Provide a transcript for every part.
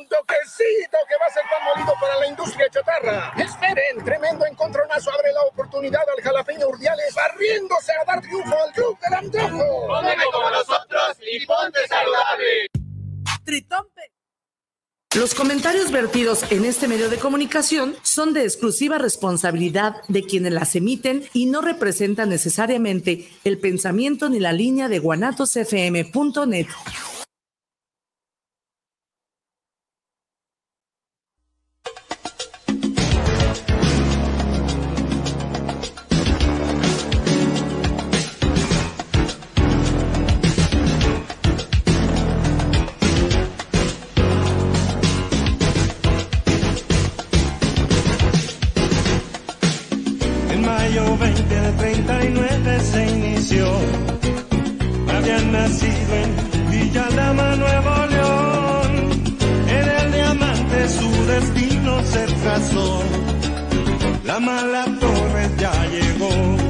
un toquecito que va a ser pan molido para la industria chatarra. Esperen, tremendo encontronazo abre la oportunidad al jalapeño Urdiales barriéndose a dar triunfo al club del antojo. Cómeme como nosotros y ponte saludable. Tritón. Los comentarios vertidos en este medio de comunicación son de exclusiva responsabilidad de quienes las emiten y no representan necesariamente el pensamiento ni la línea de guanatosfm.net. Nacido en Villa Aldama, Nuevo León, en el diamante su destino se trazó. La mala torre ya llegó.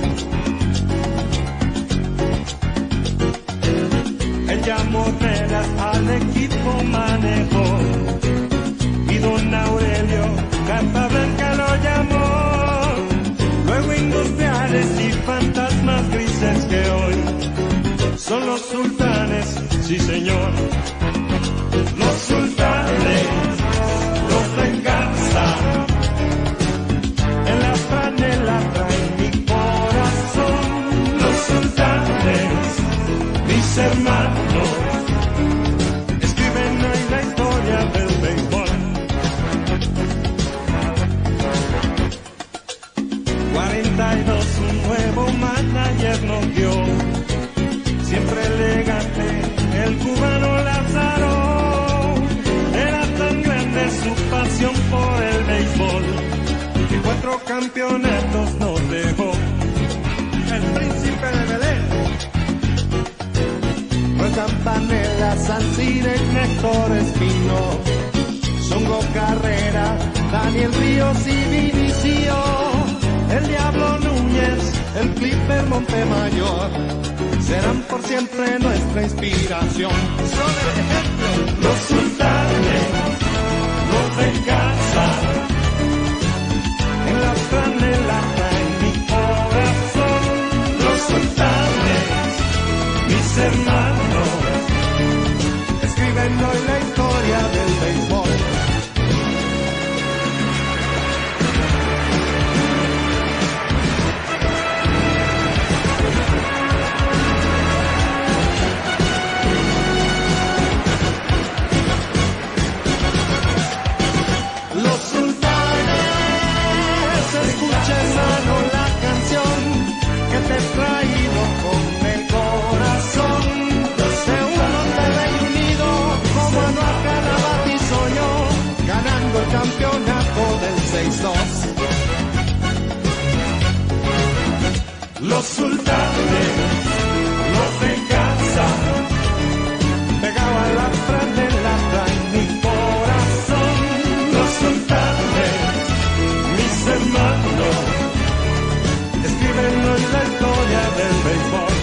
Él llamó reglas al equipo manejó y don Aurelio Carta Blanca lo llamó. Luego industriales y fantasmas grises que hoy son los sultanes, sí señor. Los sultanes, los venganza. En la franela traen mi corazón. Los sultanes, mis hermanos, escriben hoy la historia del béisbol. 42, un nuevo manager nos dio. Siempre elegante, el cubano Lázaro. Era tan grande su pasión por el béisbol, que 4 campeonatos nos dejó. El príncipe de Belén. Pues Campanella, Sancire, Néstor Espino, Songo Carrera, Daniel Ríos y Vinicio, el Diablo Núñez, el Clipper Montemayor, serán por siempre nuestra inspiración. Son el ejemplo. Los sultanes, los de casa, en la franela traen mi corazón. Los sultanes, mis hermanos, escriben hoy la historia del béisbol. Hermano, la canción que te he traído con el corazón, de uno te unido como Anuar Canavati soy yo, ganando el campeonato del 6-2. Los sultanes, los de casa, pegaban la franela en mi corazón. Los sultanes, mis hermanos, escriben hoy la historia del béisbol.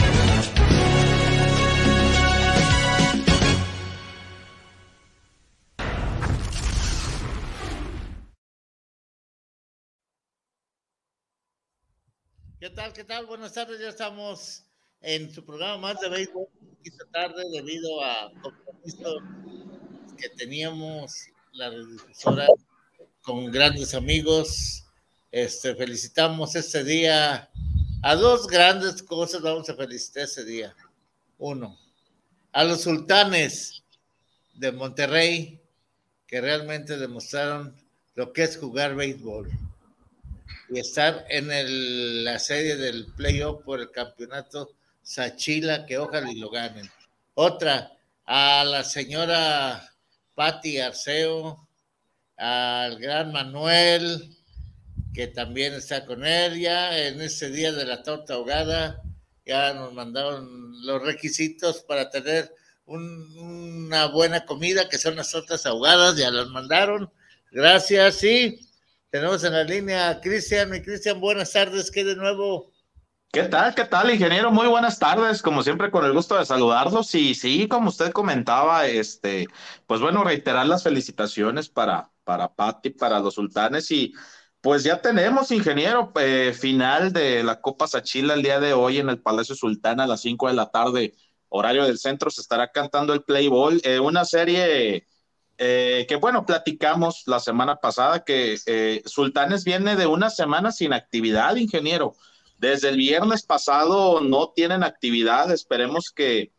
¿Qué tal? ¿Qué tal? Buenas tardes, ya estamos en su programa más de béisbol esta tarde debido a compromisos que teníamos la difusora con grandes amigos. Felicitamos este día a 2 grandes cosas, vamos a felicitar ese día. 1, a los sultanes de Monterrey, que realmente demostraron lo que es jugar béisbol y estar en la serie del playoff por el campeonato Sachila, que ojalá y lo ganen. Otra, a la señora Patti Arceo, al gran Manuel, que también está con él. Ya en ese día de la torta ahogada, ya nos mandaron los requisitos para tener una buena comida, que son las tortas ahogadas, ya las mandaron. Gracias, sí. Tenemos en la línea a Cristian. Mi Cristian, buenas tardes, ¿qué de nuevo? Qué tal, ingeniero? Muy buenas tardes, como siempre, con el gusto de saludarlos. Y sí, como usted comentaba, pues bueno, reiterar las felicitaciones para Pati, para los sultanes. Y pues ya tenemos, ingeniero, final de la Copa Sachila el día de hoy en el Palacio Sultán a las 5 de la tarde, horario del centro. Se estará cantando el Play Ball, una serie que, bueno, platicamos la semana pasada que Sultanes viene de una semana sin actividad, ingeniero. Desde el viernes pasado no tienen actividad. Esperemos que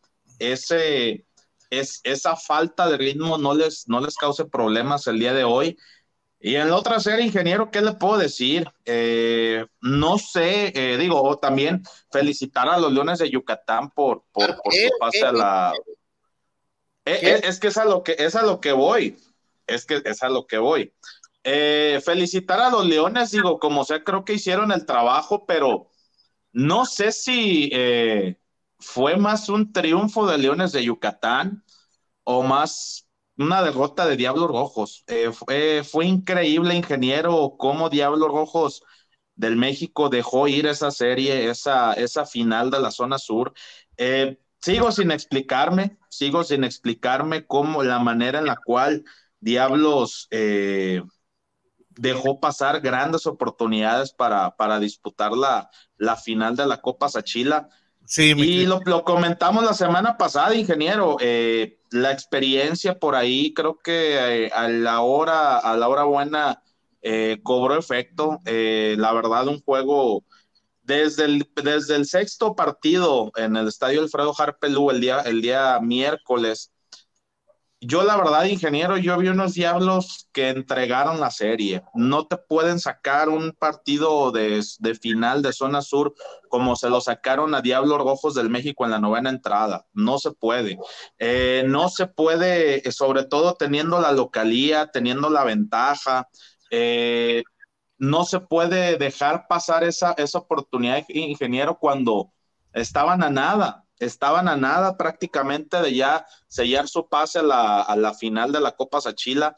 esa falta de ritmo no les cause problemas el día de hoy. Y en la otra serie, ingeniero, ¿qué le puedo decir? No sé, digo, también felicitar a los Leones de Yucatán por su pase a la... es que es a lo que voy. Es que es a lo que voy. Felicitar a los Leones, digo, como sea, creo que hicieron el trabajo, pero no sé si fue más un triunfo de Leones de Yucatán o más una derrota de Diablos Rojos. Fue increíble, ingeniero, cómo Diablos Rojos del México dejó ir esa serie, esa final de la zona sur. Sigo sin explicarme cómo la manera en la cual Diablos dejó pasar grandes oportunidades para disputar la final de la Copa Sachila. Sí, Y lo comentamos la semana pasada, ingeniero, la experiencia por ahí creo que a la hora buena cobró efecto. La verdad, un juego desde el sexto partido en el estadio Alfredo Harpelú el día miércoles. Yo, la verdad, ingeniero, yo vi unos Diablos que entregaron la serie. No te pueden sacar un partido de final de zona sur como se lo sacaron a Diablos Rojos del México en la novena entrada. No se puede. No se puede, sobre todo teniendo la localía, teniendo la ventaja. No se puede dejar pasar esa oportunidad, ingeniero, cuando estaban a nada prácticamente de ya sellar su pase a la final de la Copa Sachila.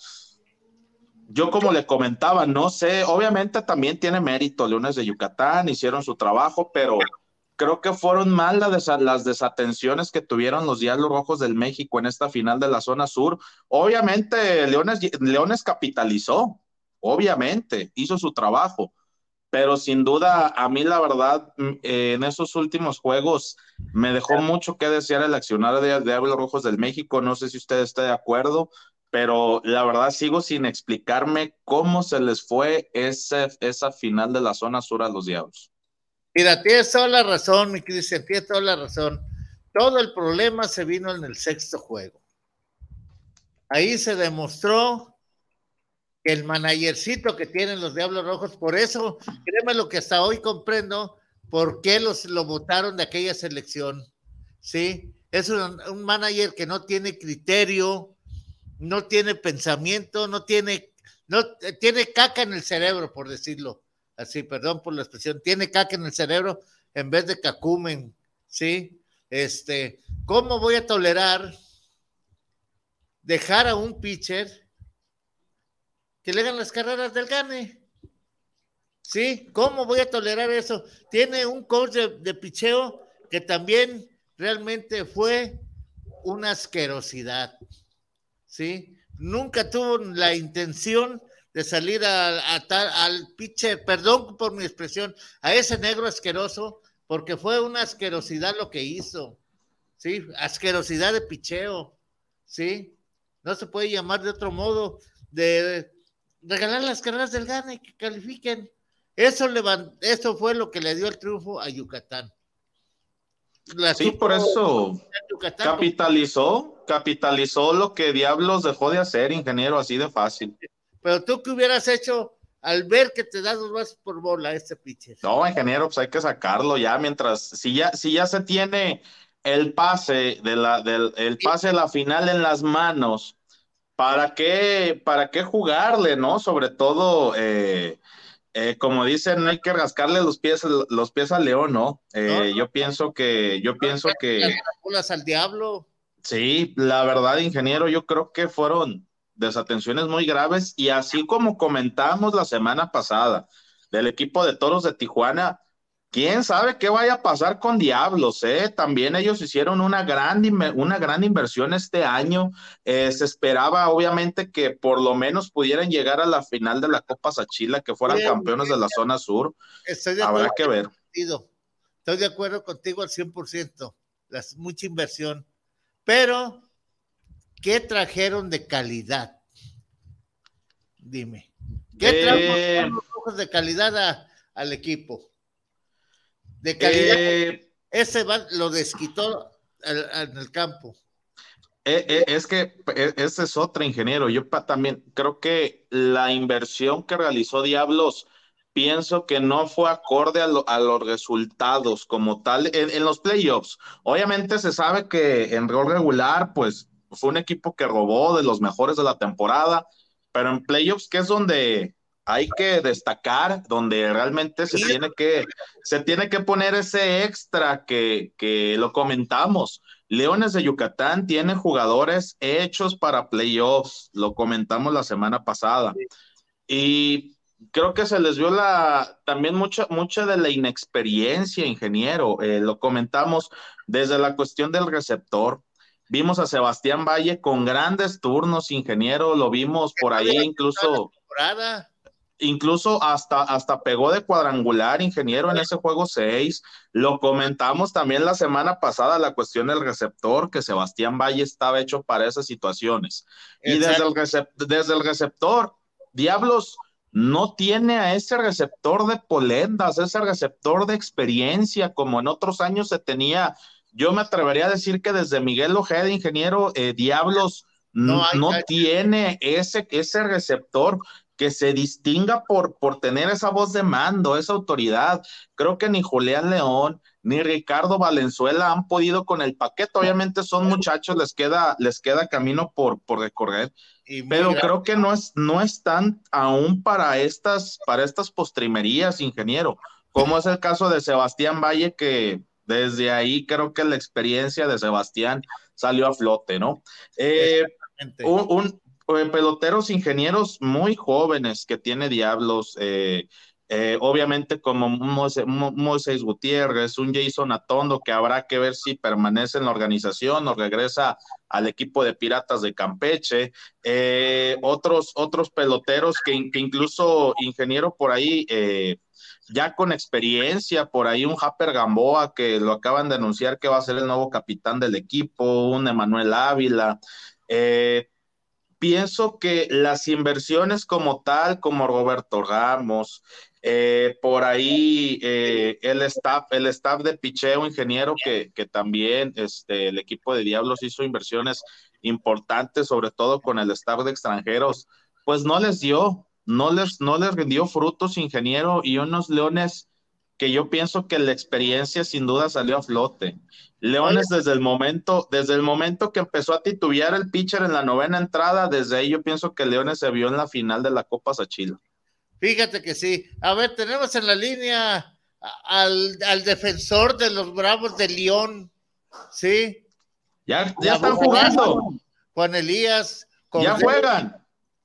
Yo, como le comentaba, no sé, obviamente también tiene mérito Leones de Yucatán, hicieron su trabajo, pero creo que fueron mal las desatenciones que tuvieron los Diablos Rojos del México en esta final de la zona sur. Obviamente Leones capitalizó, obviamente hizo su trabajo, pero sin duda, a mí la verdad, en esos últimos juegos me dejó mucho que desear el accionar de Diablos Rojos del México. No sé si usted está de acuerdo, pero la verdad sigo sin explicarme cómo se les fue esa final de la zona sur a los Diablos. Mira, tienes toda la razón, mi Cristian, tienes toda la razón. Todo el problema se vino en el sexto juego. Ahí se demostró que el managercito que tienen los Diablos Rojos, por eso, créeme lo que hasta hoy comprendo, por qué lo votaron de aquella selección, ¿sí? Es un manager que no tiene criterio, no tiene pensamiento, no tiene caca en el cerebro, por decirlo así, perdón por la expresión, tiene caca en el cerebro en vez de cacumen, ¿sí? ¿Cómo voy a tolerar dejar a un pitcher que le hagan las carreras del gane? ¿Sí? ¿Cómo voy a tolerar eso? Tiene un coach de picheo que también realmente fue una asquerosidad, ¿sí? Nunca tuvo la intención de salir al pitcher, perdón por mi expresión, a ese negro asqueroso, porque fue una asquerosidad lo que hizo, ¿sí? Asquerosidad de picheo, ¿sí? No se puede llamar de otro modo, de regalar las carreras del gane, que califiquen. Eso fue lo que le dio el triunfo a Yucatán. Sí, por eso capitalizó lo que Diablos dejó de hacer, ingeniero, así de fácil. Pero tú, ¿qué hubieras hecho al ver que te da 2 bases por bola este pitcher? No, ingeniero, pues hay que sacarlo ya si ya se tiene el pase el pase de la final en las manos, ¿para qué jugarle, no? Sobre todo, como dicen, no hay que rascarle los pies al león, ¿no? Yo pienso que las al diablo. Sí, la verdad, ingeniero, yo creo que fueron desatenciones muy graves, y así como comentamos la semana pasada del equipo de Toros de Tijuana, quién sabe qué vaya a pasar con Diablos, ¿eh? También ellos hicieron una gran inversión este año. Se esperaba, obviamente, que por lo menos pudieran llegar a la final de la Copa Sachila, que fueran campeones de la zona sur. Estoy de Habrá que ver. Estoy de acuerdo contigo al 100%. Mucha inversión. Pero, ¿qué trajeron de calidad? Dime. ¿Qué trajeron los Rojos de calidad al equipo? De calidad. Ese lo desquitó en el campo. Es que ese es otro, ingeniero. Yo también creo que la inversión que realizó Diablos, pienso que no fue acorde a los resultados como tal en los playoffs. Obviamente se sabe que en rol regular, pues fue un equipo que robó de los mejores de la temporada, pero en playoffs, que es donde hay que destacar, donde realmente se tiene que poner ese extra que lo comentamos. Leones de Yucatán tiene jugadores hechos para playoffs, lo comentamos la semana pasada. Y creo que se les vio también mucha de la inexperiencia, ingeniero. Lo comentamos desde la cuestión del receptor. Vimos a Sebastián Valle con grandes turnos, ingeniero, lo vimos por ahí incluso hasta pegó de cuadrangular, ingeniero, en ese juego 6. Lo comentamos también la semana pasada, la cuestión del receptor, que Sebastián Valle estaba hecho para esas situaciones. Y desde el receptor, Diablos no tiene a ese receptor de polendas, ese receptor de experiencia, como en otros años se tenía. Yo me atrevería a decir que desde Miguel Ojeda, ingeniero, Diablos no tiene ese receptor que se distinga por tener esa voz de mando, esa autoridad. Creo que ni Julián León ni Ricardo Valenzuela han podido con el paquete. Obviamente son muchachos, les queda camino por recorrer, pero creo que no están aún para estas postrimerías, ingeniero, como es el caso de Sebastián Valle, que desde ahí creo que la experiencia de Sebastián salió a flote, ¿no? Peloteros, ingenieros muy jóvenes que tiene Diablos, obviamente como Moisés Gutiérrez, un Jason Atondo, que habrá que ver si permanece en la organización o regresa al equipo de Piratas de Campeche, otros peloteros que incluso, ingeniero, por ahí, ya con experiencia, por ahí un Japper Gamboa, que lo acaban de anunciar que va a ser el nuevo capitán del equipo, un Emanuel Ávila. Pienso que las inversiones como tal, como Roberto Ramos, por ahí el staff de picheo, ingeniero, que también el equipo de Diablos hizo inversiones importantes, sobre todo con el staff de extranjeros, pues no les rindió frutos, ingeniero, y unos Leones que yo pienso que la experiencia sin duda salió a flote. Leones desde el momento que empezó a titubear el pitcher en la 9ª entrada, desde ahí yo pienso que Leones se vio en la final de la Copa Sachila. Fíjate que sí. A ver, tenemos en la línea al defensor de los Bravos de León, ¿sí? Ya están jugando. Juan Elías. Ya juegan.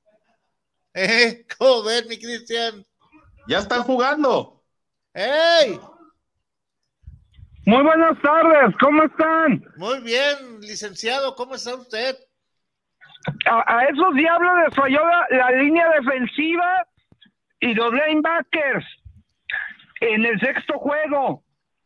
¿Cómo ves, mi Cristian? Ya están jugando. ¡Hey! Muy buenas tardes, ¿cómo están? Muy bien, licenciado, ¿cómo está usted? A esos Diablos les falló la línea defensiva y los linebackers en el 6º juego.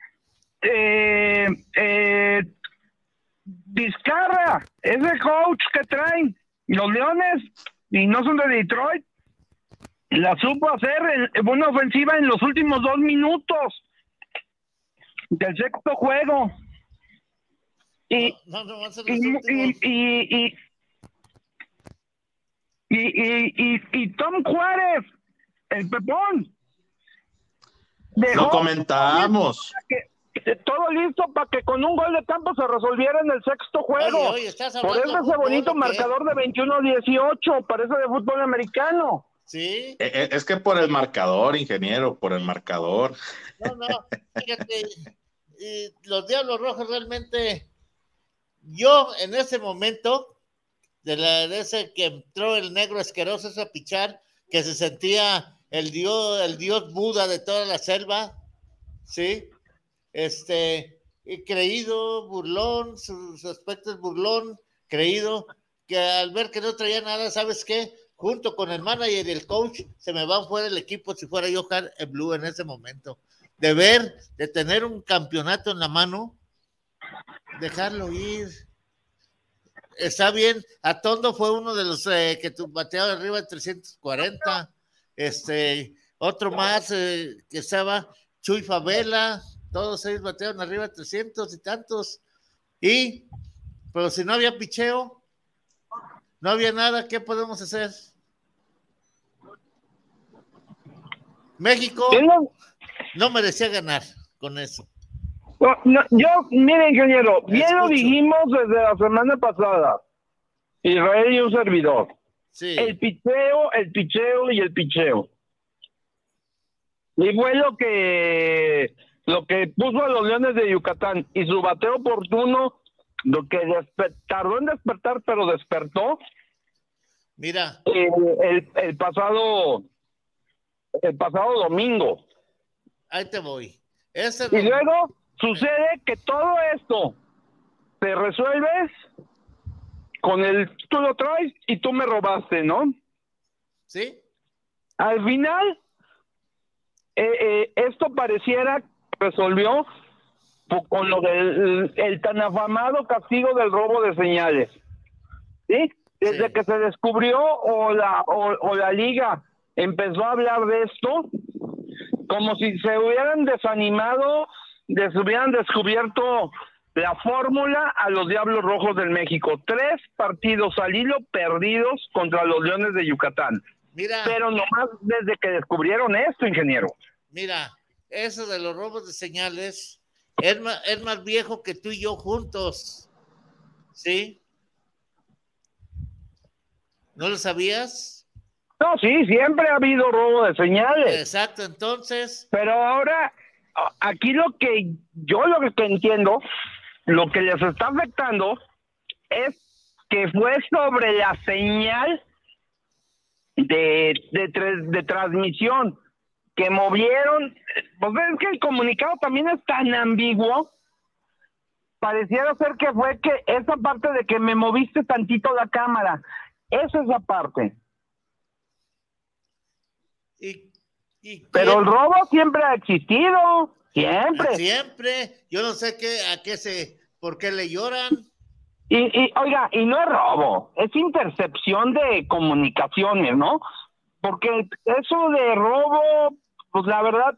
Vizcarra, ese coach que traen los Leones, y no son de Detroit, la supo hacer en una ofensiva en los últimos 2 minutos del 6º juego. Y Tom Juárez, el Pepón. Lo comentamos. Todo listo para que con un gol de campo se resolviera en el 6º juego. Oye, por eso ese bonito marcador de 21-18, parece de fútbol americano. Sí. Es que por el marcador, ingeniero, por el marcador. No, fíjate, los Diablos Rojos realmente, yo en ese momento, de ese que entró el negro asqueroso a pichar, que se sentía el dios Buda de toda la selva, ¿sí? Creído, burlón, su aspecto es burlón, creído, que al ver que no traía nada, ¿sabes qué? Junto con el manager y el coach, se me van fuera el equipo si fuera yo Blue en ese momento. De tener un campeonato en la mano, dejarlo ir. Está bien, Atondo fue uno de los que bateaba arriba de 340. Otro más que estaba, Chuy Favela, todos ellos batearon arriba de 300 y tantos. Pero si no había picheo, no había nada, ¿qué podemos hacer? México no merecía ganar con eso. Mire, ingeniero, bien lo dijimos desde la semana pasada. Israel y un servidor. Sí. El picheo y el picheo. Y fue lo que puso a los Leones de Yucatán. Y su bateo oportuno, lo que tardó en despertar, pero despertó. Mira. El pasado domingo. Ahí te voy. Y luego sucede que todo esto te resuelves con tú lo traes y tú me robaste, ¿no? Sí. Al final, esto pareciera que resolvió con lo del el tan afamado castigo del robo de señales. ¿Sí? Desde que se descubrió o la liga empezó a hablar de esto, como si se hubieran desanimado, hubieran descubierto la fórmula a los Diablos Rojos del México. 3 partidos al hilo perdidos contra los Leones de Yucatán. Mira. Pero nomás desde que descubrieron esto, ingeniero. Mira, eso de los robos de señales es más viejo que tú y yo juntos. ¿Sí? ¿No lo sabías? No, sí, siempre ha habido robo de señales. Exacto, entonces. Pero ahora, aquí lo que entiendo, lo que les está afectando es que fue sobre la señal de transmisión que movieron. Pues es que el comunicado también es tan ambiguo. Pareciera ser que fue que esa parte de que me moviste tantito la cámara, esa es la parte. Pero el robo siempre ha existido, siempre. Yo no sé por qué le lloran. Oiga, y no es robo, es intercepción de comunicaciones, ¿no? Porque eso de robo, pues la verdad,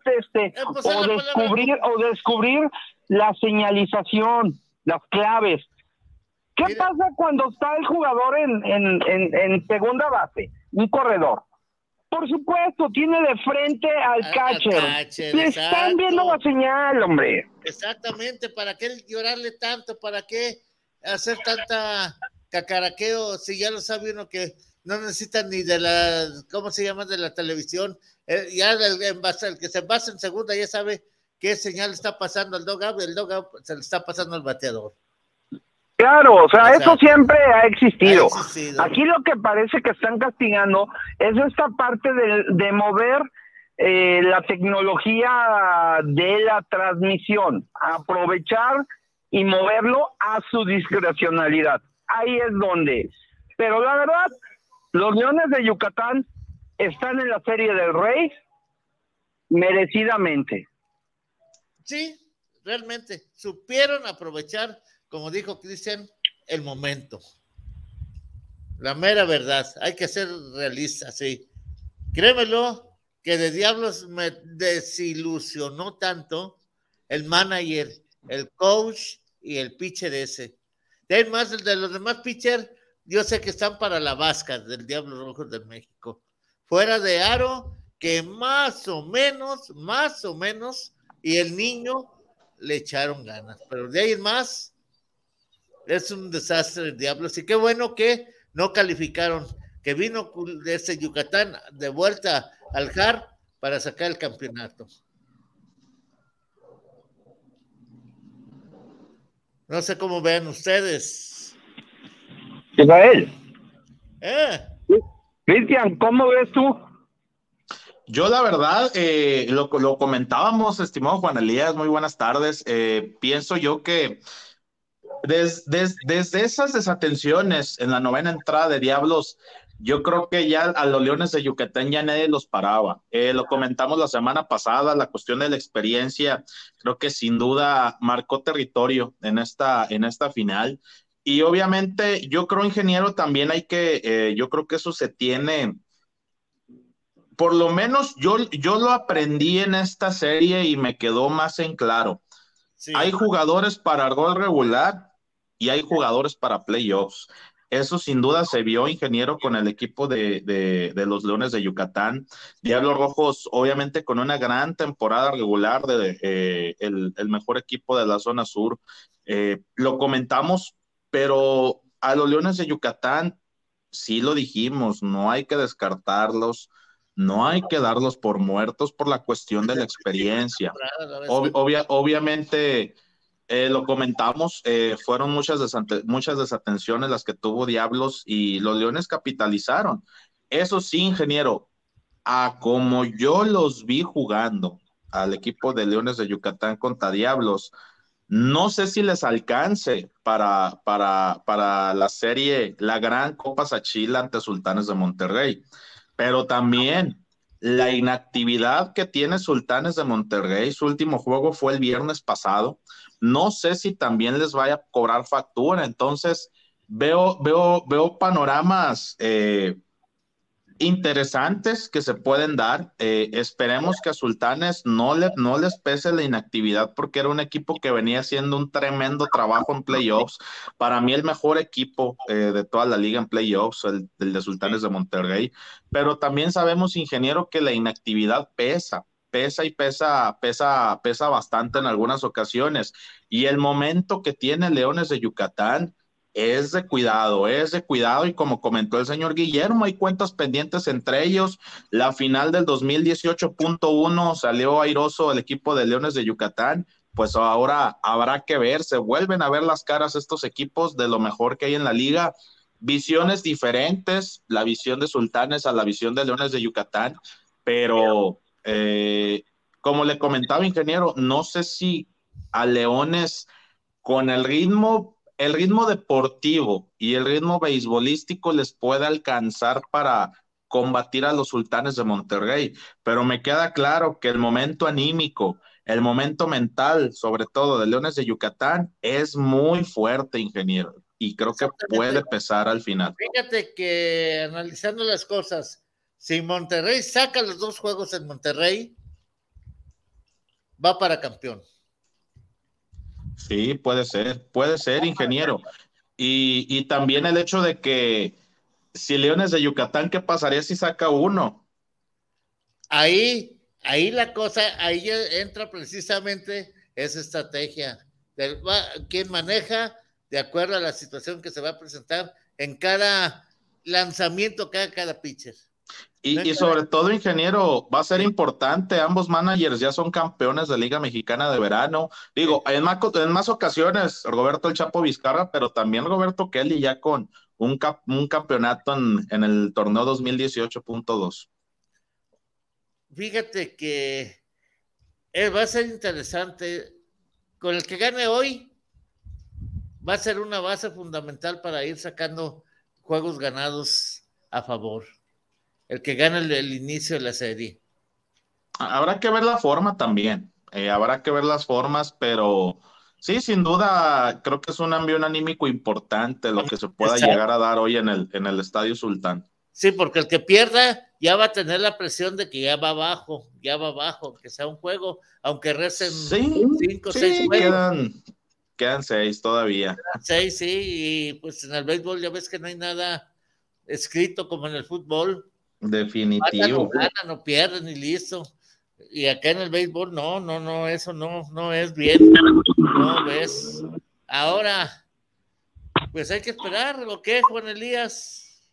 descubrir la señalización, las claves. ¿Qué pasa cuando está el jugador en segunda base, un corredor? Por supuesto, tiene de frente al catcher. Le están viendo la señal, hombre. Exactamente, ¿para qué llorarle tanto? ¿Para qué hacer tanta cacaraqueo? Si ya lo sabe uno que no necesita ni de la, ¿cómo se llama? De la televisión. Ya el que se basa en segunda ya sabe qué señal está pasando al dugout, el dugout se le está pasando al bateador. Claro, o sea, eso siempre ha existido. Aquí lo que parece que están castigando es esta parte de mover la tecnología de la transmisión, aprovechar y moverlo a su discrecionalidad. Ahí es donde. Pero la verdad, los Leones de Yucatán están en la Serie del Rey merecidamente. Sí, realmente supieron aprovechar, como dijo Cristian, el momento. La mera verdad, hay que ser realistas, sí. Créemelo, que de diablos me desilusionó tanto el manager, el coach y el pitcher ese. De los demás pitchers, yo sé que están para la vasca del Diablos Rojos de México. Fuera de Aro, que más o menos, y el niño le echaron ganas. Pero de ahí en más, es un desastre el Diablos. Y qué bueno que no calificaron, que vino de ese Yucatán de vuelta al JAR para sacar el campeonato. No sé cómo vean ustedes. Israel. Cristian, ¿cómo ves tú? Yo la verdad, lo comentábamos, estimado Juan Elías, muy buenas tardes. Pienso yo que desde esas desatenciones en la novena entrada de Diablos, yo creo que ya a los Leones de Yucatán ya nadie los paraba. Lo comentamos la semana pasada, la cuestión de la experiencia, creo que sin duda marcó territorio en esta final. Y obviamente yo creo, ingeniero, también yo creo que eso se tiene, por lo menos yo lo aprendí en esta serie y me quedó más en claro. Sí. Hay jugadores para gol regular y hay jugadores para playoffs. Eso sin duda se vio, ingeniero, con el equipo de los Leones de Yucatán. Diablos Rojos, obviamente, con una gran temporada regular, el mejor equipo de la zona sur. Lo comentamos, pero a los Leones de Yucatán, sí lo dijimos, no hay que descartarlos, no hay que darlos por muertos por la cuestión de la experiencia. Obviamente, lo comentamos, fueron muchas desatenciones las que tuvo Diablos y los Leones capitalizaron. Eso sí, ingeniero, a como yo los vi jugando al equipo de Leones de Yucatán contra Diablos, no sé si les alcance para la serie, la gran Copa Sachila ante Sultanes de Monterrey, pero también la inactividad que tiene Sultanes de Monterrey. Su último juego fue el viernes pasado. No sé si también les vaya a cobrar factura. Entonces, veo panoramas interesantes que se pueden dar. Esperemos que a Sultanes no les pese la inactividad, porque era un equipo que venía haciendo un tremendo trabajo en playoffs. Para mí el mejor equipo de toda la liga en playoffs, el de Sultanes de Monterrey. Pero también sabemos, ingeniero, que la inactividad pesa bastante en algunas ocasiones. Y el momento que tiene Leones de Yucatán es de cuidado, y como comentó el señor Guillermo, hay cuentas pendientes entre ellos. La final del 2018.1 salió airoso el equipo de Leones de Yucatán, pues ahora habrá que ver, se vuelven a ver las caras estos equipos de lo mejor que hay en la liga, visiones diferentes, la visión de Sultanes a la visión de Leones de Yucatán, pero como le comentaba, ingeniero, no sé si a Leones con el ritmo deportivo y el ritmo beisbolístico les puede alcanzar para combatir a los Sultanes de Monterrey, pero me queda claro que el momento anímico, el momento mental, sobre todo de Leones de Yucatán, es muy fuerte, ingeniero, y creo que puede pesar al final. Fíjate que analizando las cosas, si Monterrey saca los 2 juegos en Monterrey, va para campeón. Sí, puede ser, ingeniero. Y también el hecho de que si Leones de Yucatán, ¿qué pasaría si saca uno? Ahí la cosa, ahí entra precisamente esa estrategia. ¿Quién maneja de acuerdo a la situación que se va a presentar en cada lanzamiento que haga cada pitcher? Y sobre todo, ingeniero, va a ser importante. Ambos managers ya son campeones de Liga Mexicana de Verano. Digo, en más ocasiones, Roberto El Chapo Vizcarra, pero también Roberto Kelly ya con un campeonato en el torneo 2018.2. Fíjate que va a ser interesante. Con el que gane hoy, va a ser una base fundamental para ir sacando juegos ganados a favor. El que gane el inicio de la serie. Habrá que ver la forma también. Habrá que ver las formas, pero sí, sin duda, creo que es un envío anímico importante lo que se pueda llegar a dar hoy en el Estadio Sultán. Sí, porque el que pierda ya va a tener la presión de que ya va abajo, que sea un juego, aunque recen 5 o 6 juegos. Quedan 6 todavía. 6, sí, y pues en el béisbol ya ves que no hay nada escrito como en el fútbol. Definitivo. Ganan o pierden y listo. Y acá en el béisbol, no, eso no es bien. No ves. Ahora, pues hay que esperar, ¿o qué, Juan Elías?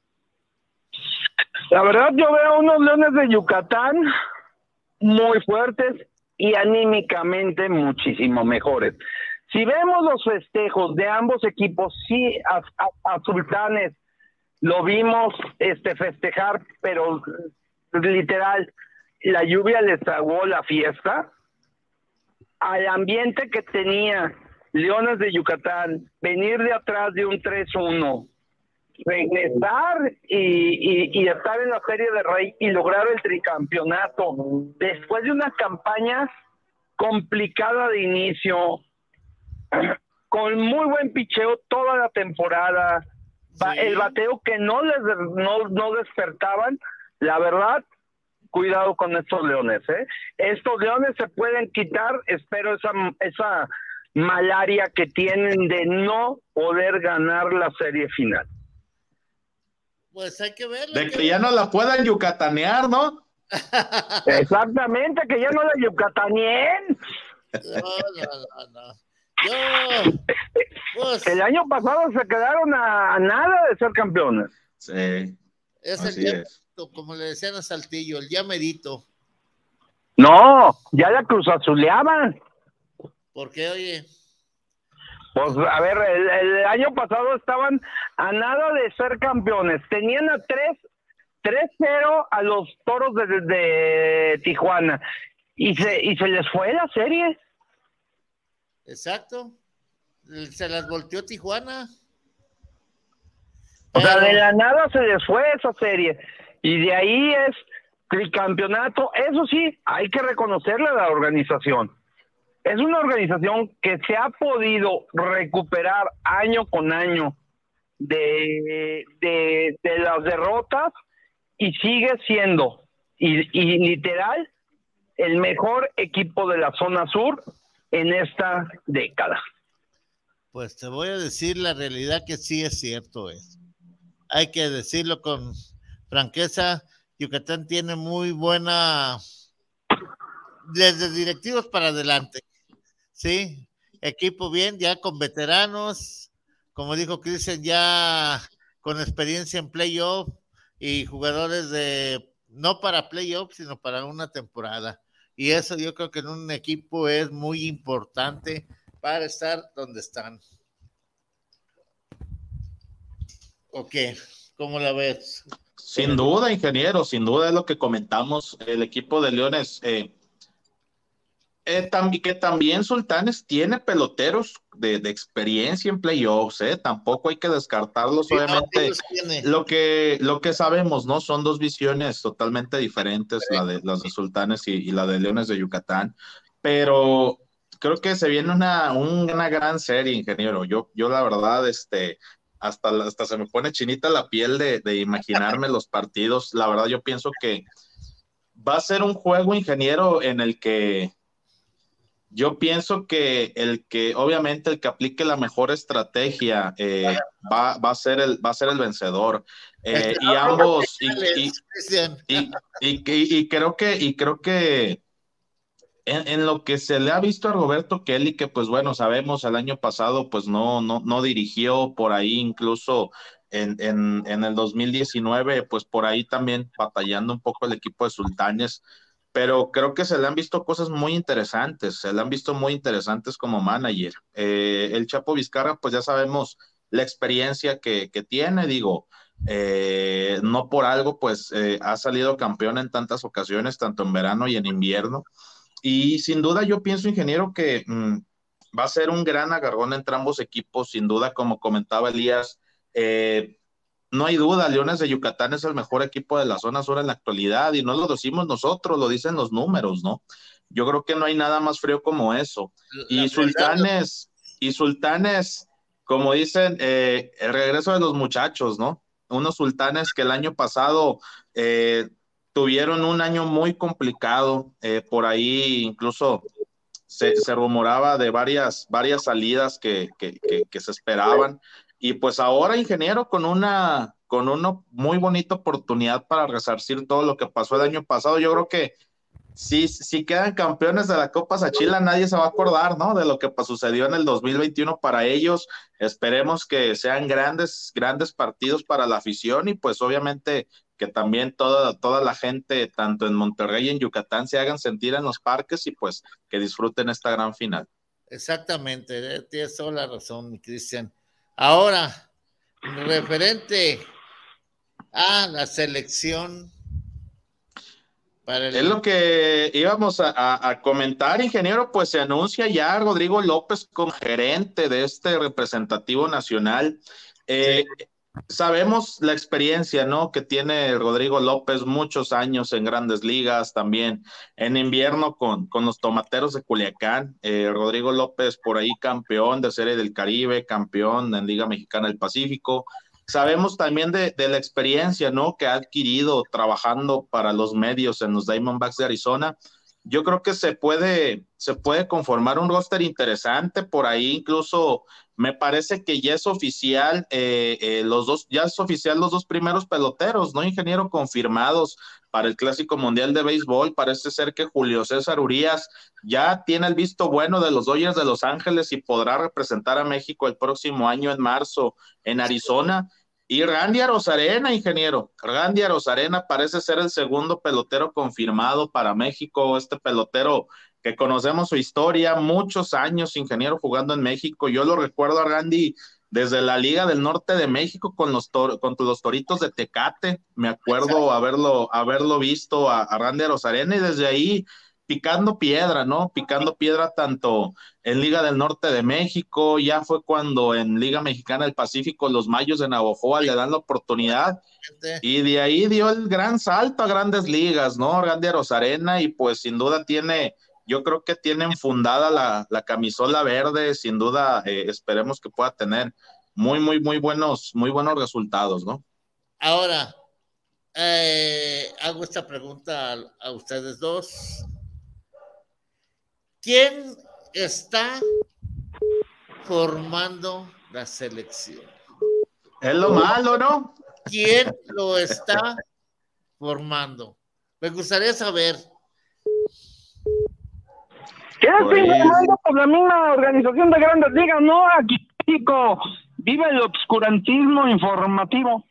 La verdad, yo veo unos Leones de Yucatán muy fuertes y anímicamente muchísimo mejores. Si vemos los festejos de ambos equipos, sí, a Sultanes lo vimos festejar, pero literal, la lluvia les tragó la fiesta al ambiente que tenía Leones de Yucatán, venir de atrás de un 3-1, regresar y estar en la Serie de Rey y lograr el tricampeonato después de una campaña complicada de inicio, con muy buen picheo toda la temporada, el bateo que no despertaban. La verdad, cuidado con estos Leones, estos Leones se pueden quitar, espero, esa malaria que tienen de no poder ganar la serie final. Pues hay que verlo. De que ya no la puedan yucatanear, ¿no? Exactamente, que ya no la yucataneen. No. Pues, el año pasado se quedaron a nada de ser campeones. Sí. Es como le decían a Saltillo, el ya merito. No, ya la cruzazuleaban. ¿Por qué, oye? Pues a ver, el año pasado estaban a nada de ser campeones. Tenían a 3-0 a los Toros de Tijuana. Y se les fue la serie. Exacto. Se las volteó Tijuana. O sea, de la nada se les fue esa serie. Y de ahí es el campeonato. Eso sí, hay que reconocerle a la organización. Es una organización que se ha podido recuperar año con año de las derrotas y sigue siendo, y literal, el mejor equipo de la zona sur en esta década. Pues te voy a decir la realidad que sí es cierto eso. Hay que decirlo con franqueza. Yucatán tiene muy buena, desde directivos para adelante. Sí, equipo bien, ya con veteranos, como dijo Cristian, ya con experiencia en playoff y jugadores no para playoff, sino para una temporada. Y eso yo creo que en un equipo es muy importante para estar donde están. ¿O qué? ¿Cómo la ves? Sin duda, ingeniero, sin duda es lo que comentamos. El equipo de Leones, que también Sultanes tiene peloteros de experiencia en playoffs, tampoco hay que descartarlos, sí, obviamente. No, lo que sabemos, ¿no? Son dos visiones totalmente diferentes, sí, las de Sultanes y la de Leones de Yucatán, pero creo que se viene una gran serie, ingeniero. Yo la verdad, hasta se me pone chinita la piel de imaginarme los partidos. La verdad, yo pienso que va a ser un juego, ingeniero, en el que yo pienso que obviamente el que aplique la mejor estrategia va a ser el vencedor. Y ambos, y creo que en lo que se le ha visto a Roberto Kelly, que pues bueno, sabemos, el año pasado pues no dirigió por ahí, incluso en el 2019, pues por ahí también batallando un poco el equipo de Sultanes, pero creo que se le han visto cosas muy interesantes, como manager. El Chapo Vizcarra, pues ya sabemos la experiencia que tiene, digo, no por algo, pues ha salido campeón en tantas ocasiones, tanto en verano y en invierno. Y sin duda yo pienso, ingeniero, que va a ser un gran agarrón entre ambos equipos, sin duda, como comentaba Elías. No hay duda, Leones de Yucatán es el mejor equipo de la zona sur en la actualidad, y no lo decimos nosotros, lo dicen los números, ¿no? Yo creo que no hay nada más frío como eso. Y Sultanes, como dicen, el regreso de los muchachos, ¿no? Unos Sultanes que el año pasado tuvieron un año muy complicado, por ahí incluso se rumoraba de varias salidas que se esperaban, y pues ahora, ingeniero, con una muy bonita oportunidad para resarcir todo lo que pasó el año pasado. Yo creo que si quedan campeones de la Copa Sachila, nadie se va a acordar, ¿no? De lo que sucedió en el 2021 para ellos. Esperemos que sean grandes partidos para la afición, y pues obviamente que también toda la gente, tanto en Monterrey y en Yucatán, se hagan sentir en los parques, y pues que disfruten esta gran final. Exactamente, tienes toda la razón, mi Cristian. Ahora, referente a la selección Es lo que íbamos a comentar, ingeniero, pues se anuncia ya Rodrigo López como gerente de este representativo nacional. Sí. Sabemos la experiencia, ¿no?, que tiene Rodrigo López, muchos años en Grandes Ligas, también en invierno con los Tomateros de Culiacán. Rodrigo López por ahí campeón de Serie del Caribe, campeón en Liga Mexicana del Pacífico. Sabemos también de la experiencia, ¿no?, que ha adquirido trabajando para los medios en los Diamondbacks de Arizona. Yo creo que se puede conformar un roster interesante por ahí. Incluso me parece que ya es oficial los dos primeros peloteros, ¿no, ingeniero?, confirmados para el Clásico Mundial de Béisbol. Parece ser que Julio César Urías ya tiene el visto bueno de los Dodgers de Los Ángeles y podrá representar a México el próximo año en marzo en Arizona. Y Randy Arozarena, ingeniero. Randy Arozarena parece ser el segundo pelotero confirmado para México. Este pelotero que conocemos su historia, muchos años, ingeniero, jugando en México. Yo lo recuerdo a Randy desde la Liga del Norte de México con los Toritos de Tecate. Me acuerdo haberlo visto a Randy Arozarena, y desde ahí picando piedra, ¿no? Picando piedra tanto en Liga del Norte de México, ya fue cuando en Liga Mexicana del Pacífico los Mayos de Navojoa le dan la oportunidad, y de ahí dio el gran salto a Grandes Ligas, ¿no? Randy Arozarena, y pues sin duda yo creo que tiene enfundada la camisola verde, sin duda. Esperemos que pueda tener muy buenos resultados, ¿no? Ahora, hago esta pregunta a ustedes dos. ¿Quién está formando la selección? Es lo malo, ¿no? ¿Quién lo está formando? Me gustaría saber. ¿Quién está formando? Pues la misma organización de Grandes Ligas, ¿no? Aquí en México vive el obscurantismo informativo.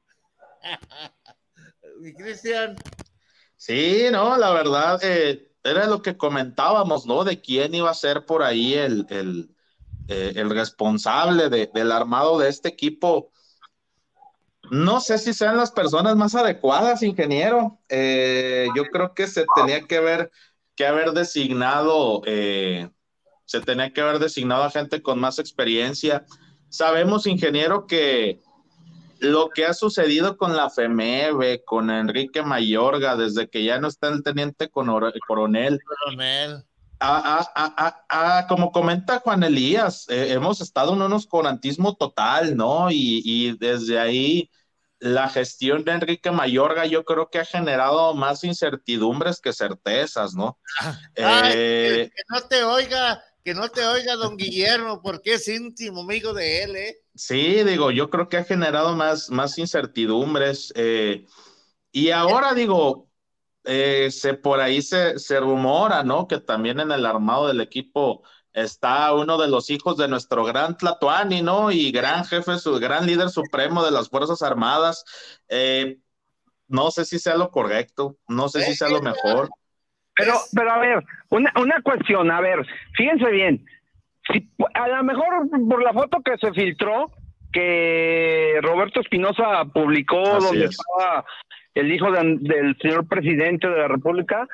¿Y Cristian? Sí, no, la verdad, era lo que comentábamos, ¿no? De quién iba a ser por ahí el responsable del armado de este equipo. No sé si sean las personas más adecuadas, ingeniero. Yo creo que se tenía que haber designado a gente con más experiencia. Sabemos, ingeniero, que lo que ha sucedido con la FEMEVE, con Enrique Mayorga, desde que ya no está el teniente coronel. Como comenta Juan Elías, hemos estado en un oscurantismo total, ¿no? Y desde ahí la gestión de Enrique Mayorga yo creo que ha generado más incertidumbres que certezas, ¿no? Que no te oiga don Guillermo, porque es íntimo amigo de él, ¿eh? Sí, digo, yo creo que ha generado más incertidumbres. Y ahora, digo, por ahí se rumora, ¿no?, que también en el armado del equipo está uno de los hijos de nuestro gran Tlatoani, ¿no?, y gran jefe, gran líder supremo de las Fuerzas Armadas. No sé si sea lo correcto, no sé si sea lo mejor. Pero a ver, una cuestión, a ver, fíjense bien, si, a lo mejor por la foto que se filtró, que Roberto Espinosa publicó, así donde estaba el hijo del señor presidente de la República,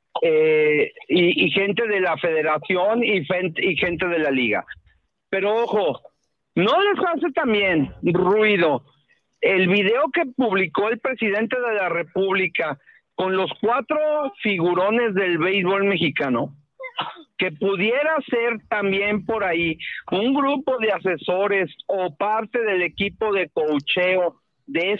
y gente de la federación y gente de la liga. Pero ojo, ¿no les hace también ruido el video que publicó el presidente de la República con los 4 figurones del béisbol mexicano? Que pudiera ser también por ahí un grupo de asesores o parte del equipo de coacheo de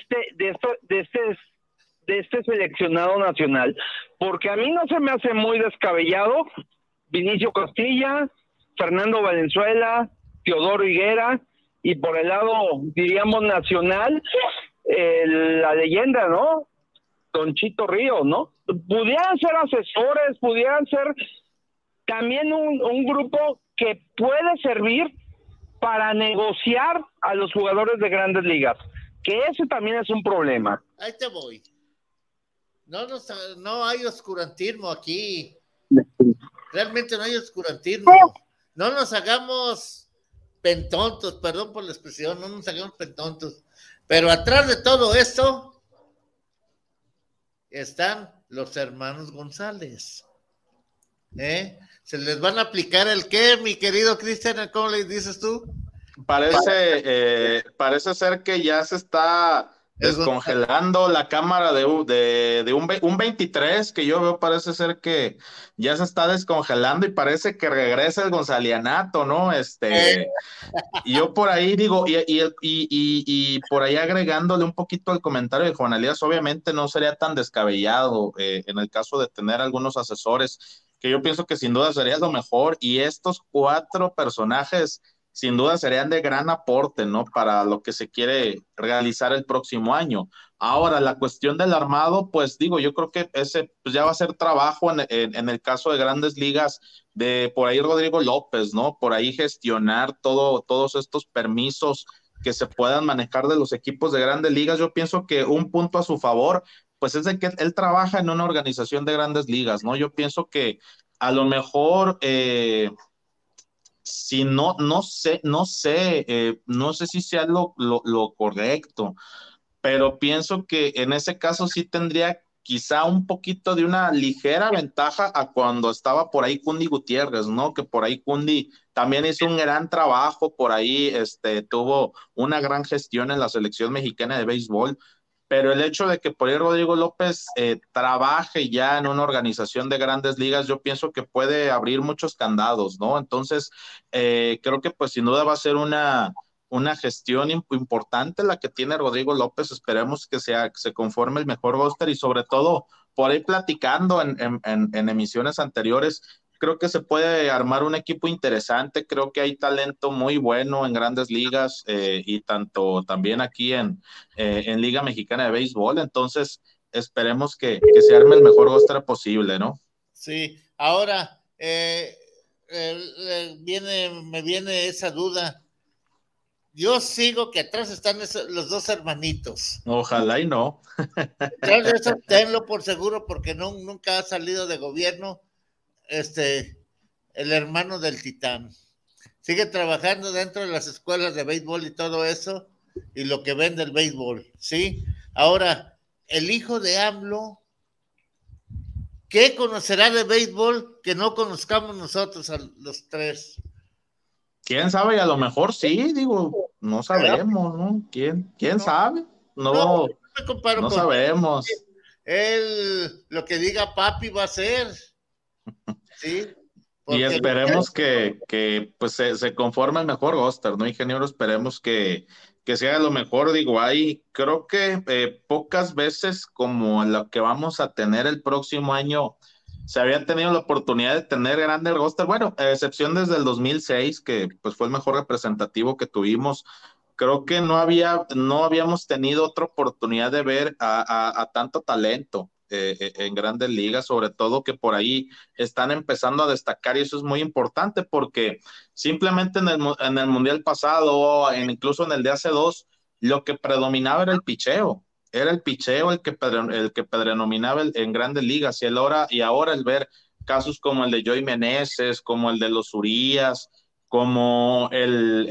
este seleccionado nacional, porque a mí no se me hace muy descabellado Vinicio Castilla, Fernando Valenzuela, Teodoro Higuera, y por el lado, diríamos, nacional, la leyenda, ¿no?, Don Chito Ríos, ¿no? Pudieran ser asesores, pudieran ser también un grupo que puede servir para negociar a los jugadores de Grandes Ligas, que ese también es un problema. Ahí te voy. No hay oscurantismo aquí. Realmente no hay oscurantismo. No nos hagamos pentontos, perdón por la expresión, no nos hagamos pentontos. Pero atrás de todo esto están los hermanos González. ¿Se les van a aplicar el qué, mi querido Cristian? ¿Cómo le dices tú? Parece ser que ya se está descongelando la cámara de un 23, que yo veo, parece ser que ya se está descongelando y parece que regresa el gonzalianato, ¿no? Y yo por ahí digo, y por ahí agregándole un poquito al comentario de Juan Elías, obviamente no sería tan descabellado en el caso de tener algunos asesores, que yo pienso que sin duda sería lo mejor, y estos 4 personajes sin duda serían de gran aporte, ¿no? Para lo que se quiere realizar el próximo año. Ahora, la cuestión del armado, pues digo, yo creo que ese pues ya va a ser trabajo en el caso de Grandes Ligas, de por ahí Rodrigo López, ¿no? Por ahí gestionar todos estos permisos que se puedan manejar de los equipos de Grandes Ligas. Yo pienso que un punto a su favor, pues es de que él trabaja en una organización de Grandes Ligas, ¿no? Yo pienso que a lo mejor... si no sé si sea lo correcto, pero pienso que en ese caso sí tendría quizá un poquito de una ligera ventaja a cuando estaba por ahí Cundy Gutiérrez, ¿no? Que por ahí Cundy también hizo un gran trabajo, por ahí tuvo una gran gestión en la selección mexicana de béisbol, pero el hecho de que por ahí Rodrigo López trabaje ya en una organización de Grandes Ligas, yo pienso que puede abrir muchos candados, ¿no? Entonces, creo que pues sin duda va a ser una gestión importante la que tiene Rodrigo López. Esperemos que se conforme el mejor roster, y sobre todo, por ahí platicando en emisiones anteriores, creo que se puede armar un equipo interesante. Creo que hay talento muy bueno en Grandes Ligas y tanto también aquí en Liga Mexicana de Béisbol. Entonces, esperemos que se arme el mejor roster posible, ¿no? Sí, ahora me viene esa duda. Yo sigo que atrás están los 2 hermanitos. Ojalá y no. Detrás de eso, tenlo por seguro, porque nunca ha salido de gobierno. El hermano del Titán sigue trabajando dentro de las escuelas de béisbol y todo eso, y lo que vende el béisbol, ¿sí? Ahora, el hijo de AMLO, ¿qué conocerá de béisbol que no conozcamos nosotros a los 3? ¿Quién sabe? Y a lo mejor sí, digo, no sabemos, ¿no? ¿Quién sabe? No sabemos. Él, lo que diga papi va a ser, ¿sí? Y esperemos que pues se conforme el mejor roster, ¿no, ingeniero? Esperemos que sea lo mejor. Digo, creo que pocas veces como la que vamos a tener el próximo año se había tenido la oportunidad de tener grande roster, bueno, a excepción desde el 2006, que pues fue el mejor representativo que tuvimos. Creo que no habíamos tenido otra oportunidad de ver a tanto talento en Grandes Ligas, sobre todo que por ahí están empezando a destacar, y eso es muy importante porque simplemente en el Mundial pasado, incluso en el de hace 2, lo que predominaba era el picheo. Era el picheo el que predominaba en Grandes Ligas, y ahora el ver casos como el de Joey Meneses, como el de los Urías, como el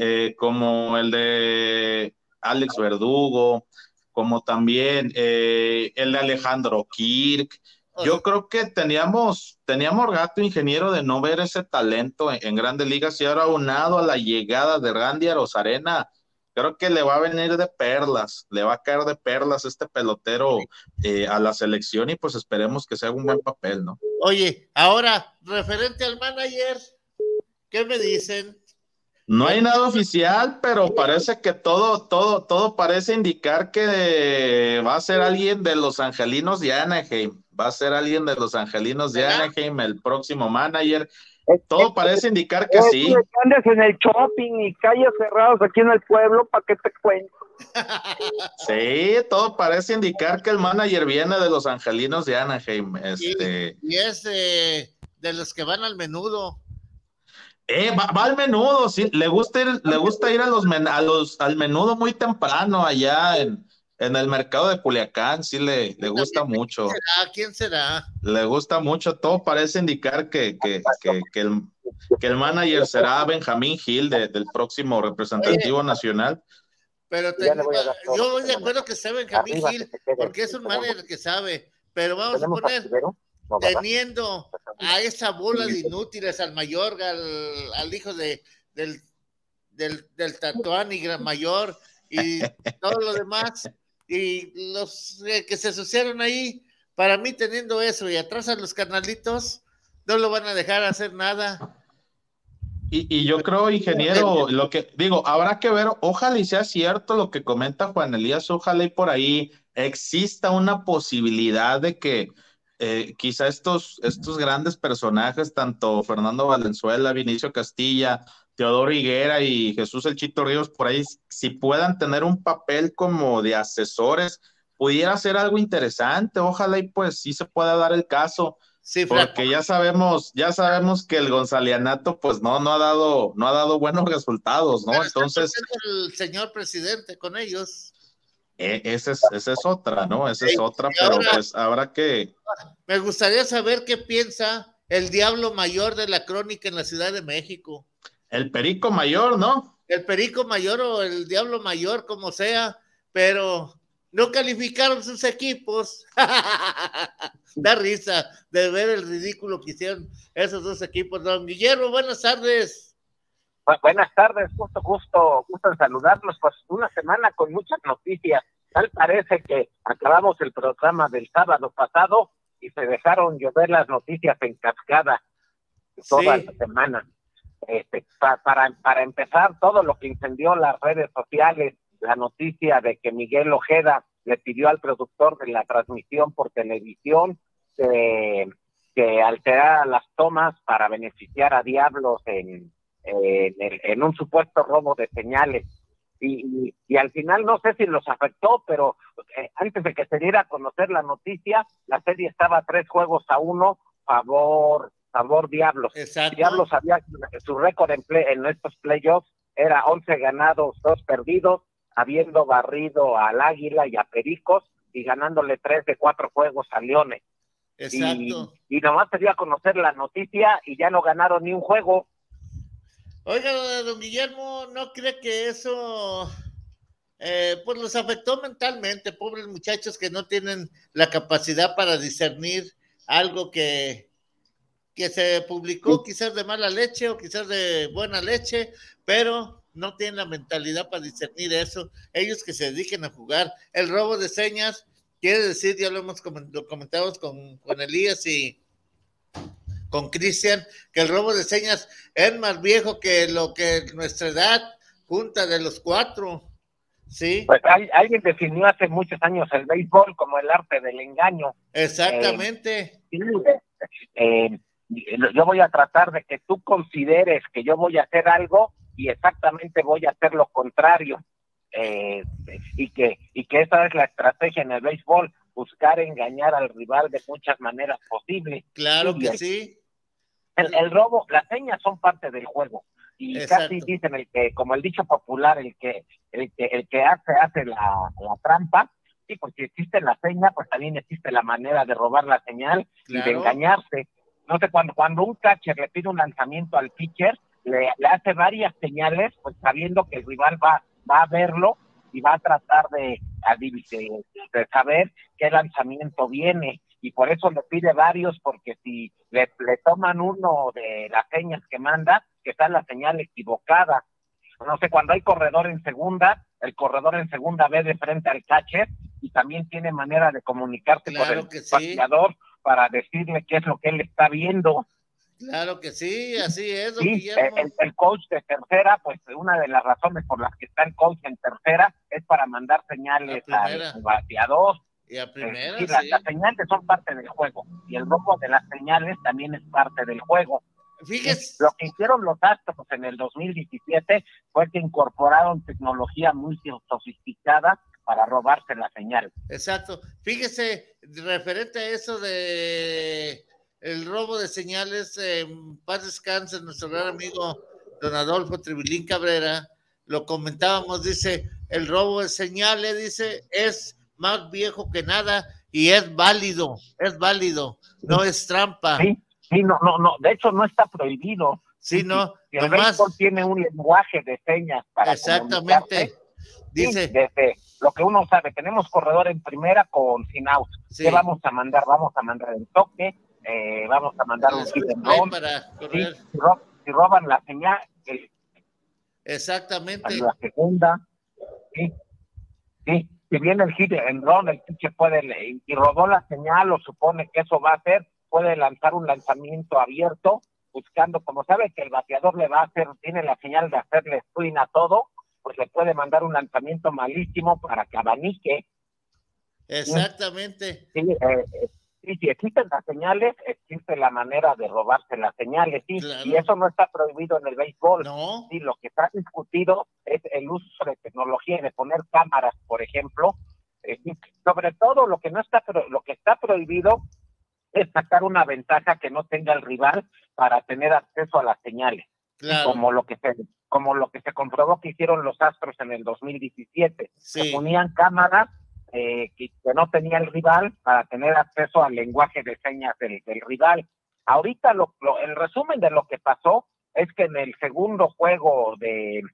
de Alex Verdugo, como también el de Alejandro Kirk. Yo creo que teníamos rato, ingeniero, de no ver ese talento en Grandes Ligas, y ahora aunado a la llegada de Randy Arozarena, creo que le va a venir de perlas, le va a caer de perlas este pelotero a la selección, y pues esperemos que sea un buen papel, ¿no? Oye, ahora, referente al manager, ¿qué me dicen? No hay nada oficial, pero parece que todo parece indicar que va a ser alguien de los Angelinos de Anaheim. Va a ser alguien de los Angelinos de Anaheim el próximo manager. Todo parece indicar que sí. Andes en el shopping y calles cerradas aquí en el pueblo, ¿para qué te cuento? Sí, todo parece indicar que el manager viene de los Angelinos de Anaheim. Y es de los que van al menudo. Va al menudo, sí, le gusta ir al menudo muy temprano allá en el mercado de Culiacán, sí le gusta mucho. ¿Quién será? Le gusta mucho, todo parece indicar que el manager será Benjamín Gil del próximo representativo nacional. Pero yo voy de acuerdo que sea Benjamín Gil, porque es un manager que sabe, pero vamos a poner, teniendo a esa bola de inútiles, al Mayorga, al hijo del Tatuani Mayor y todo lo demás, y los que se asociaron ahí, para mí teniendo eso y atrás a los carnalitos, no lo van a dejar hacer nada. Y yo creo, ingeniero, lo que digo, habrá que ver, ojalá y sea cierto lo que comenta Juan Elías, ojalá y por ahí exista una posibilidad de que quizá estos grandes personajes, tanto Fernando Valenzuela, Vinicio Castilla, Teodoro Higuera y Jesús El Chito Ríos, por ahí, si puedan tener un papel como de asesores, pudiera ser algo interesante, ojalá y pues sí se pueda dar el caso. Sí, porque ya sabemos que el gonzalianato pues no ha dado buenos resultados, ¿no? Entonces el señor presidente con ellos. Esa es otra, ¿no? Esa es otra, pero ahora, pues habrá que... Me gustaría saber qué piensa el diablo mayor de la crónica en la Ciudad de México. El perico mayor, ¿no? El perico mayor o el diablo mayor, como sea, pero no calificaron sus equipos. Da risa de ver el ridículo que hicieron esos dos equipos. Don Guillermo, buenas tardes. Buenas tardes, gusto en saludarlos. Pues una semana con muchas noticias. Tal parece que acabamos el programa del sábado pasado y se dejaron llover las noticias en cascada toda la semana. Para empezar, todo lo que incendió las redes sociales, la noticia de que Miguel Ojeda le pidió al productor de la transmisión por televisión que alterara las tomas para beneficiar a Diablos en un supuesto robo de señales. Y al final no sé si los afectó, pero antes de que se diera a conocer la noticia, la serie estaba 3-1 favor Diablos. Exacto. Diablos había su récord en estos playoffs era 11 ganados, 2 perdidos, habiendo barrido al Águila y a Pericos y ganándole 3 de 4 juegos a Leones. Exacto. Y nomás se dio a conocer la noticia y ya no ganaron ni un juego. Oiga, don Guillermo, ¿no cree que eso pues los afectó mentalmente? Pobres muchachos que no tienen la capacidad para discernir algo que se publicó quizás de mala leche o quizás de buena leche, pero no tienen la mentalidad para discernir eso. Ellos que se dediquen a jugar. El robo de señas, quiere decir, ya lo comentamos con Elías y con Cristian, que el robo de señas es más viejo que lo que nuestra edad junta de los 4, ¿sí? Pues alguien definió hace muchos años el béisbol como el arte del engaño. Exactamente. Yo voy a tratar de que tú consideres que yo voy a hacer algo y exactamente voy a hacer lo contrario. Y que esa es la estrategia en el béisbol, buscar engañar al rival de muchas maneras posibles. Claro que sí. El robo, las señas son parte del juego y exacto. Casi dicen como el dicho popular, el que hace la trampa. Sí, pues si existe la seña, pues también existe la manera de robar la señal. Claro. Y de engañarse. No sé, cuando un catcher le pide un lanzamiento al pitcher, le hace varias señales, pues sabiendo que el rival va a verlo y va a tratar de saber qué lanzamiento viene. Y por eso le pide varios, porque si le toman uno de las señas que manda, que está la señal equivocada. No sé, cuando hay corredor en segunda, el corredor en segunda ve de frente al catcher y también tiene manera de comunicarse con el bateador para decirle qué es lo que él está viendo. Claro que sí, así es, don sí, Guillermo. El coach de tercera, pues una de las razones por las que está el coach en tercera es para mandar señales al bateador. Y a primera, sí. Las señales son parte del juego y el robo de las señales también es parte del juego. Fíjese. Lo que hicieron los Astros en el 2017 fue que incorporaron tecnología muy sofisticada para robarse la señal. Exacto. Fíjese, referente a eso de el robo de señales, paz descanse nuestro gran amigo don Adolfo Tribilín Cabrera, lo comentábamos, dice, el robo de señales, dice, es más viejo que nada y es válido, no es trampa. Sí, no, de hecho no está prohibido. Sí, no. El béisbol tiene un lenguaje de señas para exactamente. Dice. Sí, desde lo que uno sabe, tenemos corredor en primera con sin out. Sí. ¿Qué vamos a mandar? Vamos a mandar el toque, vamos a mandar un hit and run. Para correr. Sí, si roban la señal, exactamente. La segunda, sí. Si viene el hit and run, el pitcher puede, y robó la señal, o supone que eso va a hacer, puede lanzar un lanzamiento abierto, buscando, como sabe que el bateador le va a hacer, tiene la señal de hacerle swing a todo, pues le puede mandar un lanzamiento malísimo para que abanique. Exactamente. Sí, si existen las señales, existe la manera de robarse las señales, sí, claro. Y eso no está prohibido en el béisbol. No. Sí, lo que está discutido es el uso de tecnología, de poner cámaras, por ejemplo. Sobre todo lo que está prohibido es sacar una ventaja que no tenga el rival para tener acceso a las señales. Claro. Como lo que se comprobó que hicieron los Astros en el 2017. Sí. Se ponían cámaras que no tenía el rival para tener acceso al lenguaje de señas del rival. Ahorita el resumen de lo que pasó es que en el segundo juego de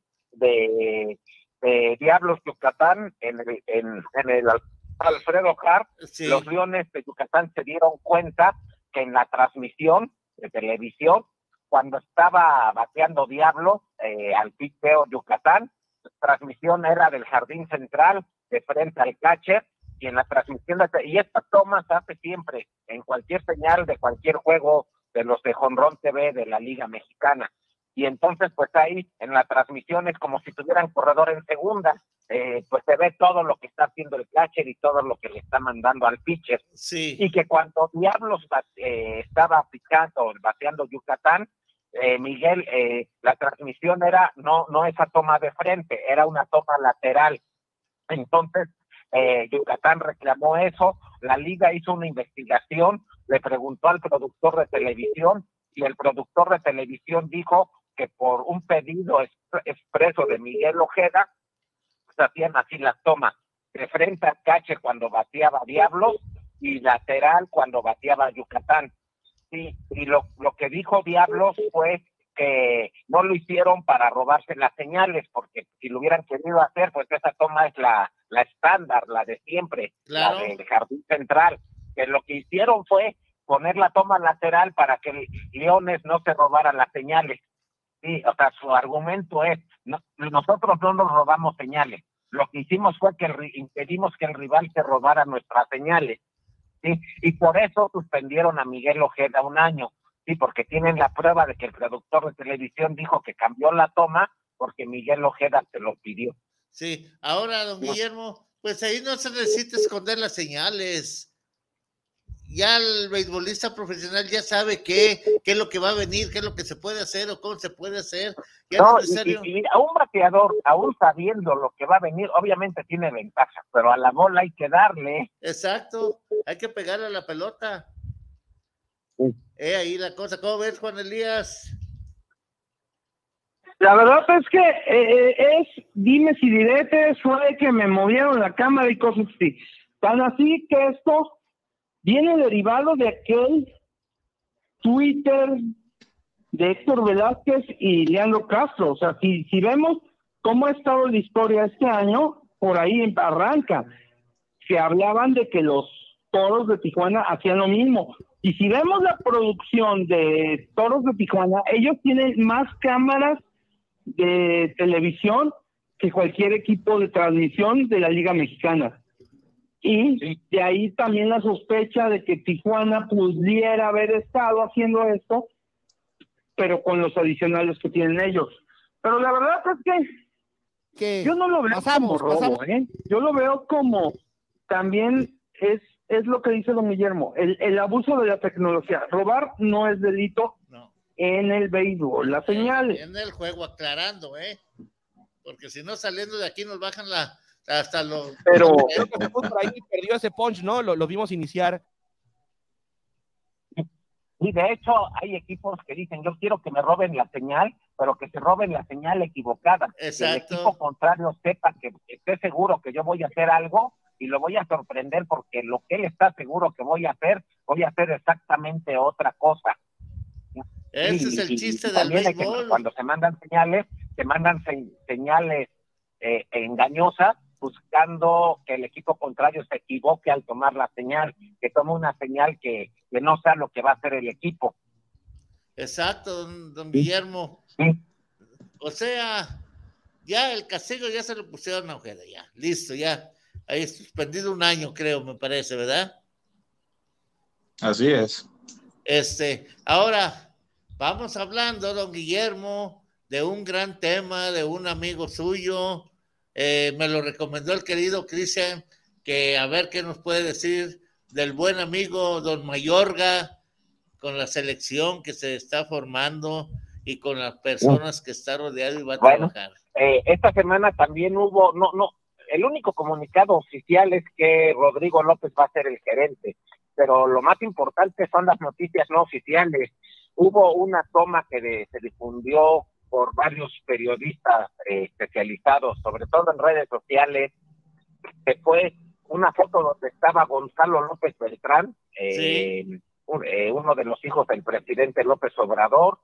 Diablos Yucatán, en el Alfredo Harp, sí. Los Leones de Yucatán se dieron cuenta que en la transmisión de televisión, cuando estaba bateando Diablos al pitcheo Yucatán, la transmisión era del jardín central de frente al catcher, y en la transmisión y esta toma se hace siempre en cualquier señal de cualquier juego de los de Jonrón TV de la Liga Mexicana, y entonces pues ahí en la transmisión es como si tuvieran corredor en segunda, pues se ve todo lo que está haciendo el catcher y todo lo que le está mandando al pitcher. Sí. Y que cuando Diablos estaba bateando Yucatán, Miguel, la transmisión era no esa toma de frente, era una toma lateral. Entonces, Yucatán reclamó eso, la liga hizo una investigación, le preguntó al productor de televisión, y el productor de televisión dijo que por un pedido expreso de Miguel Ojeda, se hacían así las tomas, de frente al catcher cuando bateaba Diablos, y lateral cuando bateaba Yucatán. Sí, y lo que dijo Diablos fue que no lo hicieron para robarse las señales, porque si lo hubieran querido hacer, pues esa toma es la estándar, la de siempre, claro. La del jardín central, que lo que hicieron fue poner la toma lateral para que Leones no se robaran las señales. Sí, o sea, su argumento es, nosotros no nos robamos señales, lo que hicimos fue que impedimos que el rival se robara nuestras señales. Sí, y por eso suspendieron a Miguel Ojeda un año. Sí, porque tienen la prueba de que el productor de televisión dijo que cambió la toma porque Miguel Ojeda se lo pidió. Sí, ahora, don Guillermo, pues ahí no se necesita esconder las señales. Ya el beisbolista profesional ya sabe qué es lo que va a venir, qué es lo que se puede hacer o cómo se puede hacer. Ya no, es necesario... y a un bateador, aún sabiendo lo que va a venir, obviamente tiene ventaja, pero a la bola hay que darle. Exacto, hay que pegarle a la pelota. Sí. Ahí la cosa. ¿Cómo ves, Juan Elías? La verdad es que es dimes y diretes, fue que me movieron la cámara y cosas así. Tan así que esto viene derivado de aquel Twitter de Héctor Velázquez y Leandro Castro. O sea, si vemos cómo ha estado la historia este año, por ahí arranca. Se hablaban de que los Toros de Tijuana hacían lo mismo. Y si vemos la producción de Toros de Tijuana, ellos tienen más cámaras de televisión que cualquier equipo de transmisión de la Liga Mexicana. Y sí, de ahí también la sospecha de que Tijuana pudiera haber estado haciendo esto, pero con los adicionales que tienen ellos. Pero la verdad es que yo no lo veo como robo, Yo lo veo como también es lo que dice don Guillermo, el abuso de la tecnología. Robar no es delito en el béisbol. Las señales. En el juego, aclarando, porque si no, saliendo de aquí nos bajan hasta los... Pero creo que se puso por ahí, perdió ese punch, ¿no? Lo vimos iniciar. Y de hecho hay equipos que dicen, yo quiero que me roben la señal, pero que se roben la señal equivocada. Exacto. Que el equipo contrario sepa que esté seguro que yo voy a hacer algo y lo voy a sorprender porque lo que él está seguro que voy a hacer exactamente otra cosa. Ese es el chiste del béisbol. Cuando se mandan señales engañosa, buscando que el equipo contrario se equivoque al tomar la señal, que tome una señal que no sea lo que va a hacer el equipo. Exacto, don Guillermo. Sí. O sea, ya el castigo ya se lo pusieron a Ojeda, ya, listo, ya. Ahí suspendido 1 año, creo, me parece, ¿verdad? Así es. Ahora, vamos hablando, don Guillermo, de un gran tema, de un amigo suyo. Me lo recomendó el querido Cristian, que a ver qué nos puede decir del buen amigo don Mayorga, con la selección que se está formando y con las personas que está rodeado y va a trabajar. Esta semana también hubo, el único comunicado oficial es que Rodrigo López va a ser el gerente, pero lo más importante son las noticias no oficiales. Hubo una toma que se difundió por varios periodistas especializados, sobre todo en redes sociales, que fue una foto donde estaba Gonzalo López Beltrán, sí, uno de los hijos del presidente López Obrador,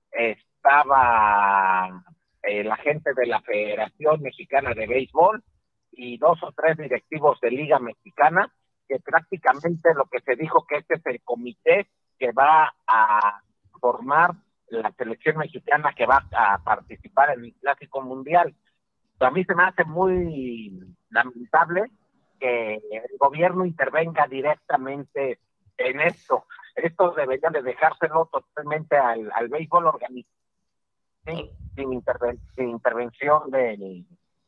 estaba la gente de la Federación Mexicana de Béisbol y 2 o 3 directivos de Liga Mexicana, que prácticamente lo que se dijo que este es el comité que va a formar la selección mexicana que va a participar en el Clásico Mundial. A mí se me hace muy lamentable que el gobierno intervenga directamente en esto. Esto debería de dejárselo totalmente al béisbol organizado, ¿sí? sin intervención del...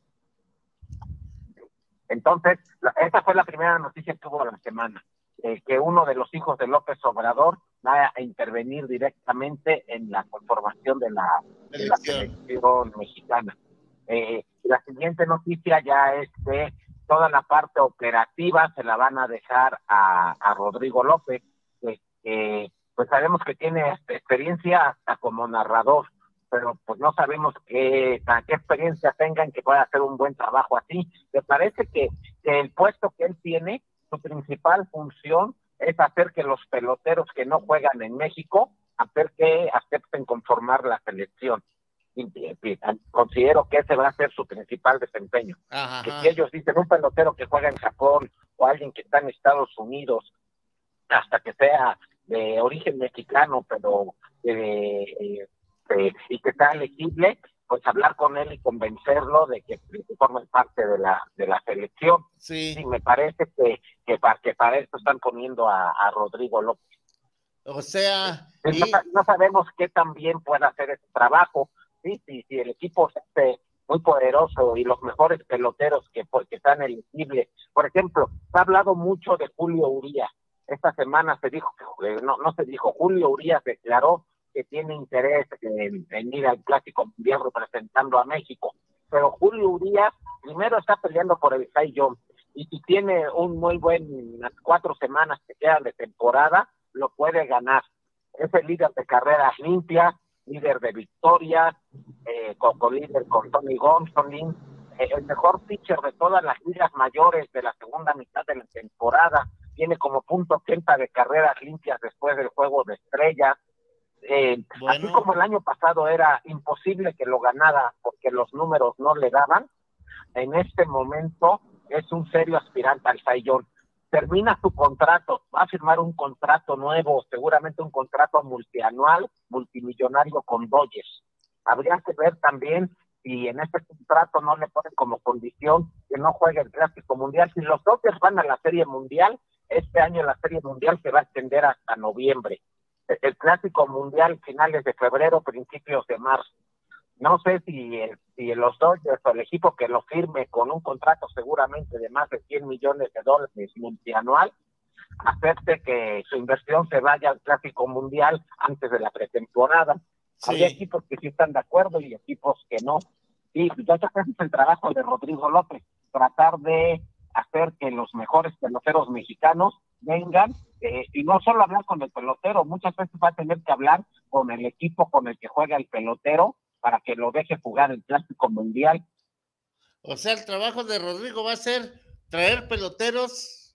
Entonces, esa fue la primera noticia que hubo la semana, que uno de los hijos de López Obrador va a intervenir directamente en la conformación de la selección mexicana. La siguiente noticia ya es que toda la parte operativa se la van a dejar a Rodrigo López, pues sabemos que tiene experiencia hasta como narrador, pero pues no sabemos qué experiencia tengan que pueda hacer un buen trabajo así. Me parece que el puesto que él tiene, su principal función es hacer que los peloteros que no juegan en México hacer que acepten conformar la selección. Considero que ese va a ser su principal desempeño. Ajá. Que si ellos dicen un pelotero que juega en Japón o alguien que está en Estados Unidos, hasta que sea de origen mexicano, pero y que sea elegible, pues hablar con él y convencerlo de que forme parte de la selección. Sí. Sí, me parece que para esto están poniendo a Rodrigo López. O sea, no sabemos qué tan bien puede hacer ese trabajo. Sí, si el equipo es muy poderoso y los mejores peloteros que están elegibles. Por ejemplo, se ha hablado mucho de Julio Urías. Esta semana se dijo, no se dijo, Julio Urías declaró que tiene interés en ir al Clásico Mundial representando a México. Pero Julio Urías primero está peleando por el Cy Young, y si tiene un muy unas 4 semanas que quedan de temporada, lo puede ganar. Es el líder de carreras limpias, líder de victorias, líder con Tony Gonsolin, el mejor pitcher de todas las ligas mayores de la segunda mitad de la temporada, tiene como .80 de carreras limpias después del Juego de Estrellas. Así como el año pasado era imposible que lo ganara porque los números no le daban, en este momento es un serio aspirante al Cy Young. Termina su contrato, va a firmar un contrato nuevo, seguramente un contrato multianual, multimillonario con Dodgers. Habría que ver también si en este contrato no le ponen como condición que no juegue el Clásico Mundial. Si los Dodgers van a la Serie Mundial, este año la Serie Mundial se va a extender hasta noviembre. El Clásico Mundial finales de febrero, principios de marzo. No sé si los Dodgers o el equipo que lo firme con un contrato seguramente de más de $100 millones multianual, acepte que su inversión se vaya al Clásico Mundial antes de la pretemporada. Sí. Hay equipos que sí están de acuerdo y equipos que no. Y ya está el trabajo de Rodrigo López, tratar de hacer que los mejores peloteros mexicanos vengan, y no solo hablar con el pelotero, muchas veces va a tener que hablar con el equipo con el que juega el pelotero para que lo deje jugar el Clásico Mundial. O sea, el trabajo de Rodrigo va a ser traer peloteros.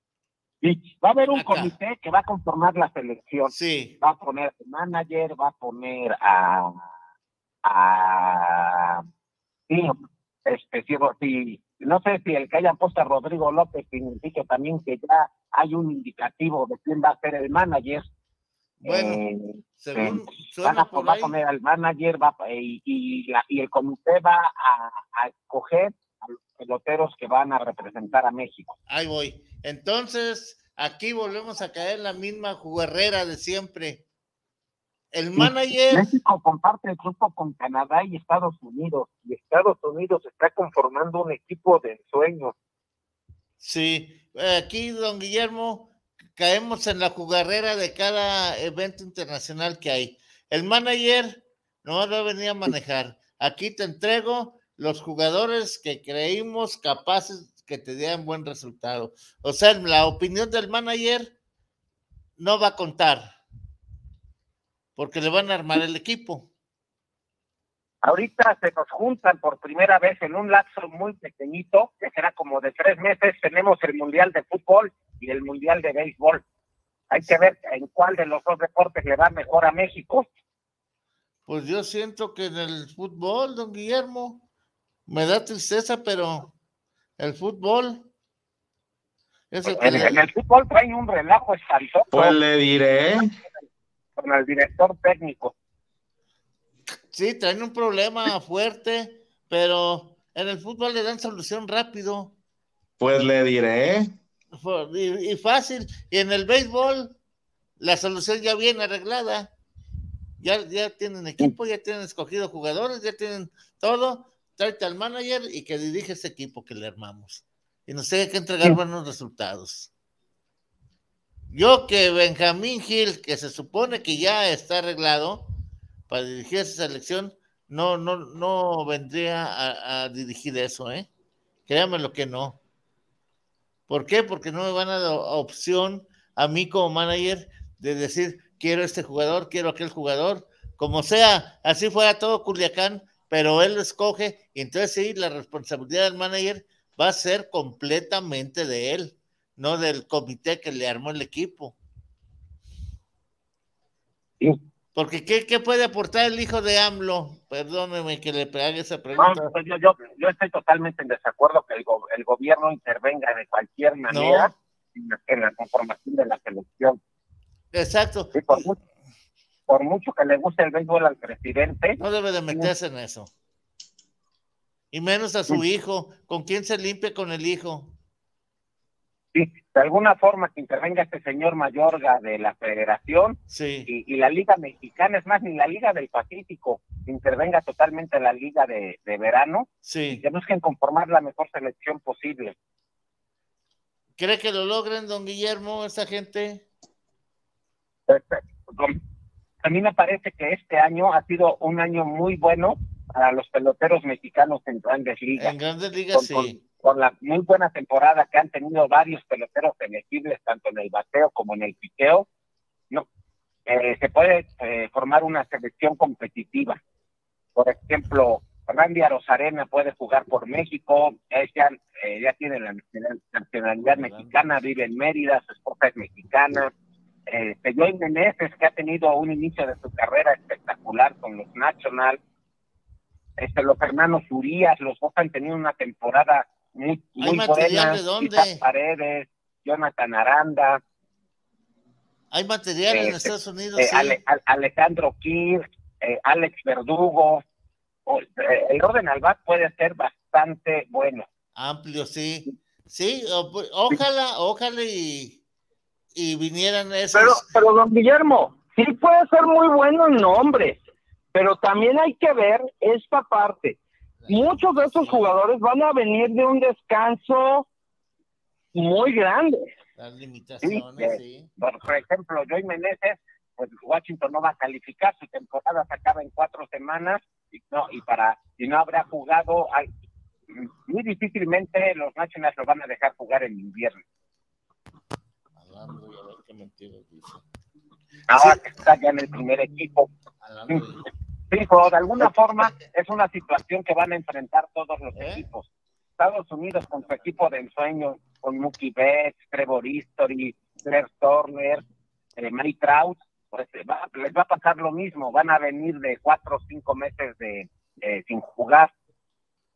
Sí, va a haber un comité que va a conformar la selección. Sí. Va a poner manager, va a poner No sé si el que haya puesto a Rodrigo López significa también que ya hay un indicativo de quién va a ser el manager. Bueno, según va a poner al manager y el comité va a escoger a los peloteros que van a representar a México. Ahí voy. Entonces, aquí volvemos a caer en la misma jugarrera de siempre. El manager... México comparte el grupo con Canadá y Estados Unidos, y Estados Unidos está conformando un equipo de ensueño. Sí, aquí, don Guillermo, caemos en la jugarrera de cada evento internacional que hay. El manager no va a venir a manejar. Aquí te entrego los jugadores que creímos capaces que te dieran buen resultado. O sea, la opinión del manager no va a contar, porque le van a armar el equipo. Ahorita se nos juntan por primera vez en un lapso muy pequeñito, que será como de 3 meses, tenemos el Mundial de Fútbol y el Mundial de Béisbol. Hay que ver en cuál de los dos deportes le va mejor a México. Pues yo siento que en el fútbol, don Guillermo, me da tristeza, pero el fútbol es el que en el fútbol traen un relajo espantoso. Pues le diré. Con el director técnico. Sí, traen un problema fuerte, pero en el fútbol le dan solución rápido. Pues le diré. Y fácil. Y en el béisbol, la solución ya viene arreglada. Ya tienen equipo, ya tienen escogido jugadores, ya tienen todo. Tráete al manager y que dirige ese equipo que le armamos. Y nos tiene que entregar buenos resultados. Yo que Benjamín Gil, que se supone que ya está arreglado para dirigir esa selección, no vendría a dirigir eso, Créame lo que no. ¿Por qué? Porque no me van a dar opción a mí como manager de decir, quiero este jugador, quiero aquel jugador, como sea, así fuera todo Culiacán, pero él lo escoge, y entonces sí, la responsabilidad del manager va a ser completamente de él, no del comité que le armó el equipo. Sí. Porque ¿qué puede aportar el hijo de AMLO? Perdóneme que le haga esa pregunta. No, pues yo estoy totalmente en desacuerdo que el gobierno intervenga de cualquier manera en la conformación de la selección. Exacto. Sí, por mucho que le guste el béisbol al presidente. No debe de meterse en eso. Y menos a su hijo. ¿Con quién se limpia con el hijo? Sí, de alguna forma que intervenga este señor Mayorga de la Federación, sí. y la Liga Mexicana, es más, ni la Liga del Pacífico, intervenga totalmente la Liga de Verano, sí. Que busquen conformar la mejor selección posible. ¿Cree que lo logren, don Guillermo, esa gente? A mí me parece que este año ha sido un año muy bueno para los peloteros mexicanos en Grandes Ligas. En Grandes Ligas, sí. Con la muy buena temporada que han tenido varios peloteros elegibles, tanto en el bateo como en el picheo, se puede formar una selección competitiva. Por ejemplo, Randy Arozarena puede jugar por México, ya tiene la nacionalidad mexicana, vive en Mérida, su esposa es mexicana. Eloy Meneses, que ha tenido un inicio de su carrera espectacular con los Nationals. Los hermanos Urias, los dos han tenido una temporada muy buena. ¿De dónde? Isaac Paredes, Jonathan Aranda. Hay material en Estados Unidos, sí. Alejandro Kirk, Alex Verdugo. El orden al bat puede ser bastante bueno. Amplio, sí. Sí, ojalá y vinieran esos. Pero don Guillermo, sí puede ser muy bueno en nombres, pero también hay que ver esta parte. Muchos de esos jugadores van a venir de un descanso muy grande. Las limitaciones, sí. Por ejemplo, Joey Meneses, pues Washington no va a calificar, su temporada se acaba en 4 semanas y no habrá jugado. Muy difícilmente los Nationals lo van a dejar jugar en invierno. Hablando, a ver qué mentiras dice. Ahora que está ya en el primer equipo. Sí, pero de alguna forma es una situación que van a enfrentar todos los equipos. Estados Unidos con su equipo de ensueño, con Mookie Betts, Trevor Story, Claire Turner, Mike Trout, pues les va a pasar lo mismo. Van a venir de 4 o 5 meses sin jugar.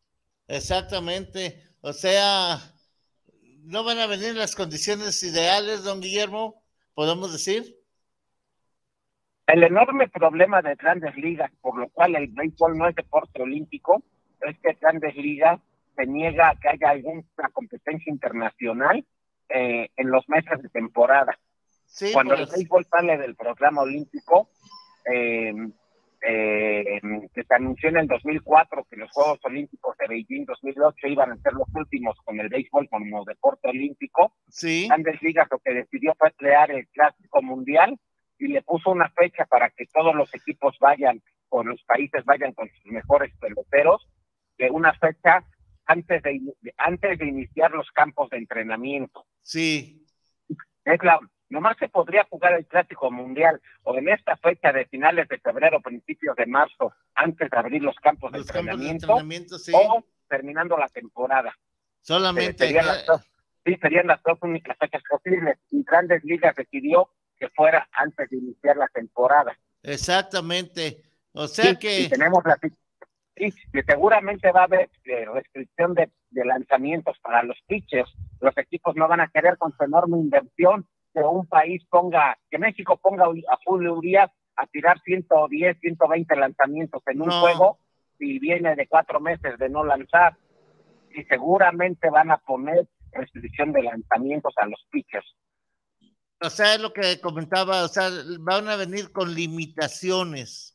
Exactamente. O sea, no van a venir las condiciones ideales, don Guillermo, podemos decir. El enorme problema de Grandes Ligas, por lo cual el béisbol no es deporte olímpico, es que Grandes Ligas se niega a que haya alguna competencia internacional en los meses de temporada. Sí, cuando pues... el béisbol sale del programa olímpico, que se anunció en el 2004 que los Juegos Olímpicos de Beijing 2008 iban a ser los últimos con el béisbol como deporte olímpico, Grandes Ligas lo que decidió fue crear el Clásico Mundial y le puso una fecha para que todos los equipos vayan, o los países vayan con sus mejores peloteros, de una fecha antes de iniciar los campos de entrenamiento. Sí. Nomás se podría jugar el Clásico Mundial o en esta fecha de finales de febrero, principios de marzo, antes de abrir los campos de entrenamiento, sí. O terminando la temporada. Solamente. Serían las dos únicas fechas posibles. Y Grandes Ligas decidió que fuera antes de iniciar la temporada. Exactamente. O sea que... Y tenemos que seguramente va a haber restricción de lanzamientos para los pitchers. Los equipos no van a querer con su enorme inversión que México ponga a Julio Urias a tirar 110, 120 lanzamientos en un juego y viene de 4 meses de no lanzar. Y seguramente van a poner restricción de lanzamientos a los pitchers. O sea, es lo que comentaba, o sea, van a venir con limitaciones.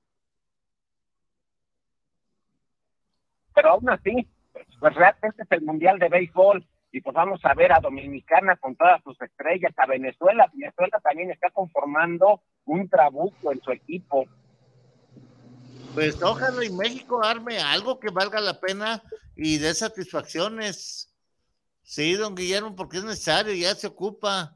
Pero aún así, pues realmente es el Mundial de Béisbol y pues vamos a ver a Dominicana con todas sus estrellas, a Venezuela. Venezuela también está conformando un trabuco en su equipo. Pues ojalá y México arme algo que valga la pena y dé satisfacciones. Sí, don Guillermo, porque es necesario, ya se ocupa.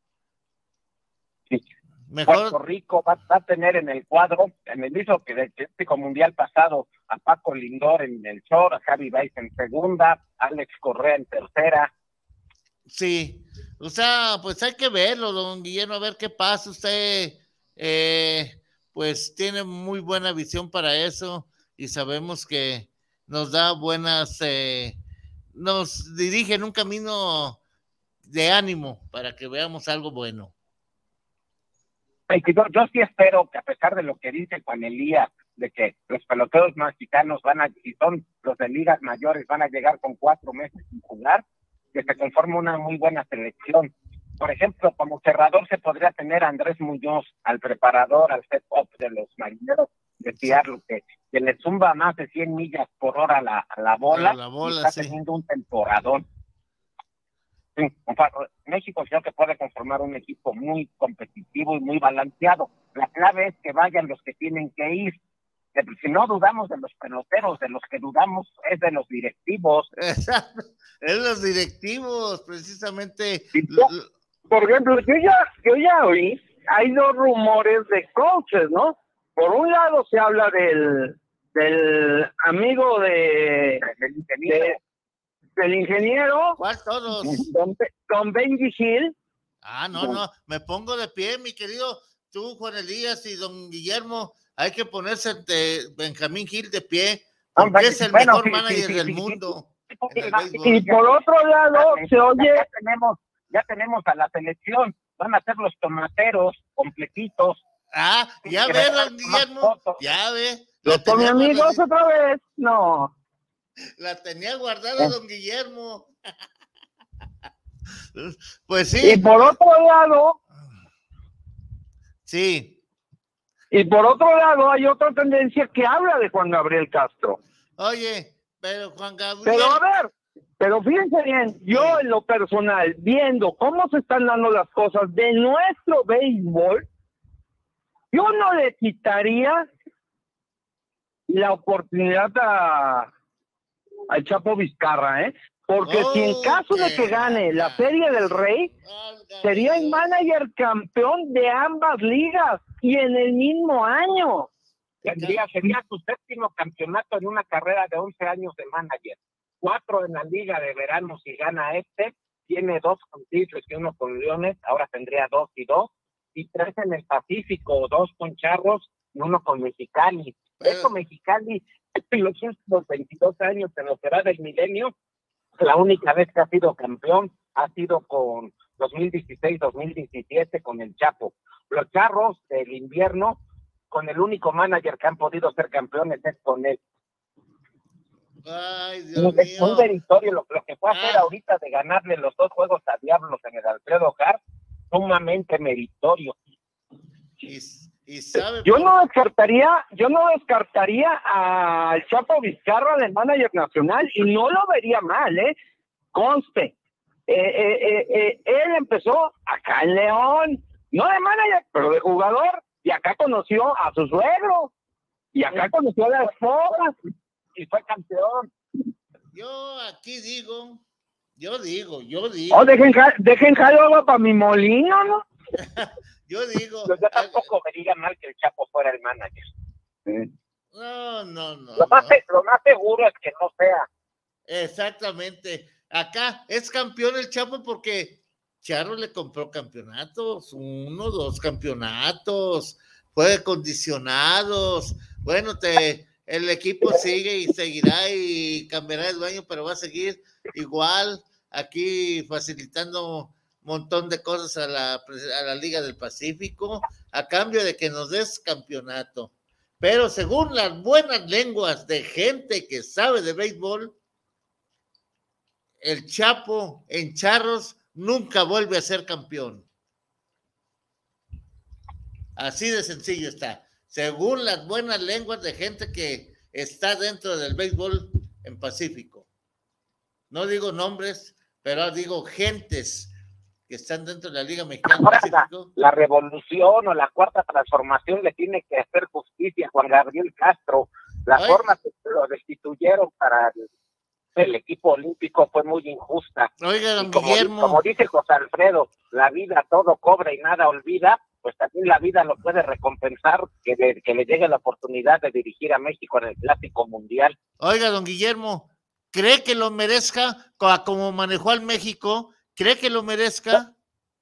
Sí. Mejor... Puerto Rico va a tener en el cuadro, en el mismo que del Clásico Mundial pasado, a Paco Lindor en el short, a Javi Baez en segunda, Alex Correa en tercera. Sí, o sea, pues hay que verlo, don Guillermo, a ver qué pasa. Usted, pues tiene muy buena visión para eso y sabemos que nos da buenas, nos dirige en un camino de ánimo para que veamos algo bueno. Yo sí espero que a pesar de lo que dice Juan Elías, de que los peloteros mexicanos si son los de ligas mayores, van a llegar con 4 meses sin jugar, que se conforme una muy buena selección. Por ejemplo, como cerrador se podría tener a Andrés Muñoz, al preparador, al set-up de los marineros de Seattle, que le zumba más de 100 millas por hora a la bola, y está teniendo un temporadón. Sí, México creo que puede conformar un equipo muy competitivo y muy balanceado. La clave es que vayan los que tienen que ir. Si no dudamos de los peloteros, de los que dudamos es de los directivos. Exacto, es los directivos, precisamente. Por ejemplo, yo ya oí, hay 2 rumores de coaches, ¿no? Por un lado se habla del amigo del ingeniero. ¿Cuál todos? Don Benji Hill. No, me pongo de pie, mi querido, tú, Juan Elías y don Guillermo, hay que ponerse de Benjamín Hill de pie, porque es el mejor manager del mundo. Y por otro lado, se oye... Ya tenemos a la selección, van a ser los tomateros completitos. Ya ve, don Guillermo, ya ve. ¿Los con mis amigos otra vez? No. La tenía guardada don Guillermo. Pues sí. Y por otro lado... Sí. Y por otro lado hay otra tendencia que habla de Juan Gabriel Castro. Oye, pero Juan Gabriel... Pero a ver, pero fíjense bien, yo en lo personal, viendo cómo se están dando las cosas de nuestro béisbol, yo no le quitaría la oportunidad al Chapo Vizcarra, ¿eh? Porque si en caso de que gane la Serie del Rey, sería el manager campeón de ambas ligas y en el mismo año. Sería su 7º campeonato en una carrera de 11 años de manager. 4 en la liga de verano si gana tiene 2 con Tigres y 1 con Leones, ahora tendría 2 y 2, y 3 en el Pacífico, 2 con Charros y 1 con Mexicali. Eso Mexicali en los últimos 22 años, en lo que va del milenio, la única vez que ha sido campeón ha sido con 2016-2017 con el Chapo. Los Charros del invierno, con el único manager que han podido ser campeones es con él. Ay, Dios mío. Es muy meritorio lo que fue hacer ahorita de ganarle los 2 juegos a Diablos en el Alfredo Harp, sumamente meritorio. Y sabe yo no descartaría al Chapo Vizcarra del manager nacional y no lo vería mal, conste. Él empezó acá en León, no de manager, pero de jugador, y acá conoció a su suegro, y acá conoció a la esposa, y fue campeón. Yo aquí digo. Dejen jalo agua para mi molino, ¿no? Yo digo. Yo tampoco vería mal que el Chapo fuera el manager. No. Lo más seguro es que no sea. Exactamente. Acá es campeón el Chapo porque Charro le compró campeonatos, 1, 2 campeonatos, fue condicionados. Bueno, el equipo sigue y seguirá y cambiará de dueño, pero va a seguir igual aquí facilitando un montón de cosas a la Liga del Pacífico a cambio de que nos des campeonato. Pero según las buenas lenguas de gente que sabe de béisbol, el Chapo en Charros nunca vuelve a ser campeón. Así de sencillo está. Según las buenas lenguas de gente que está dentro del béisbol en Pacífico. No digo nombres, pero digo gentes que están dentro de la Liga Mexicana del Pacífico. La revolución o la cuarta transformación le tiene que hacer justicia a Juan Gabriel Castro. La forma que lo destituyeron para el equipo olímpico fue muy injusta. Oiga, don Guillermo. Como dice José Alfredo, la vida todo cobra y nada olvida, pues también la vida lo puede recompensar, que le llegue la oportunidad de dirigir a México en el Clásico Mundial. Oiga, don Guillermo, ¿cree que lo merezca como manejó al México? ¿Cree que lo merezca?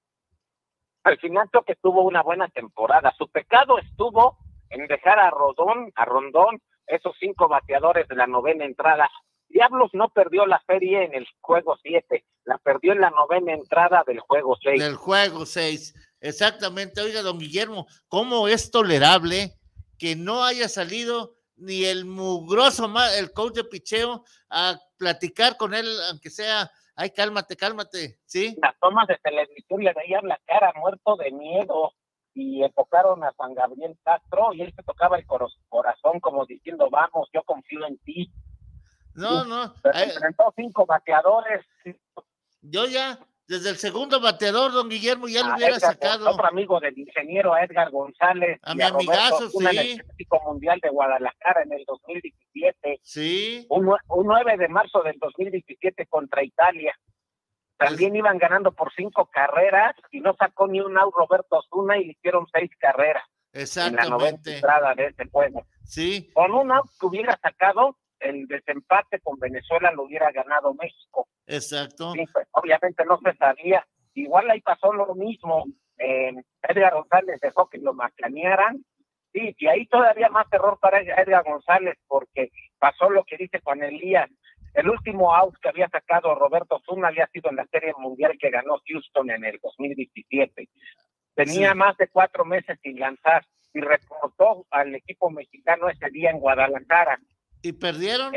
Al final creo que tuvo una buena temporada. Su pecado estuvo en dejar a Rondón, esos 5 bateadores de la 9ª entrada. Diablos no perdió la serie en el juego 7, la perdió en la 9ª entrada del juego 6. Del juego 6, exactamente. Oiga, don Guillermo, ¿cómo es tolerable que no haya salido ni el mugroso, el coach de picheo, a platicar con él, aunque sea, ay, cálmate, ¿sí? Las tomas de televisión le veían la cara muerto de miedo y enfocaron a Juan Gabriel Castro y él se tocaba el corazón como diciendo, vamos, yo confío en ti. No. Enfrentó 5 bateadores. Yo ya, desde el segundo bateador, don Guillermo, ya lo hubiera sacado. Otro amigo del ingeniero a Edgar González. A mi amigazo, sí. En el Clásico Mundial de Guadalajara en el 2017. Sí. Un 9 de marzo del 2017 contra Italia. También iban ganando por 5 carreras y no sacó ni un out Roberto Osuna y le hicieron 6 carreras. Exactamente. En la 9ª entrada de ese juego. Sí. Con un out que hubiera sacado, el desempate con Venezuela lo hubiera ganado México. Exacto. Sí, pues, obviamente no se sabía. Igual ahí pasó lo mismo. Edgar González dejó que lo macanearan. Sí, y ahí todavía más terror para Edgar González porque pasó lo que dice Juan Elías. El último out que había sacado Roberto Osuna había sido en la Serie Mundial que ganó Houston en el 2017. Tenía más de 4 meses sin lanzar y reportó al equipo mexicano ese día en Guadalajara. ¿Y perdieron?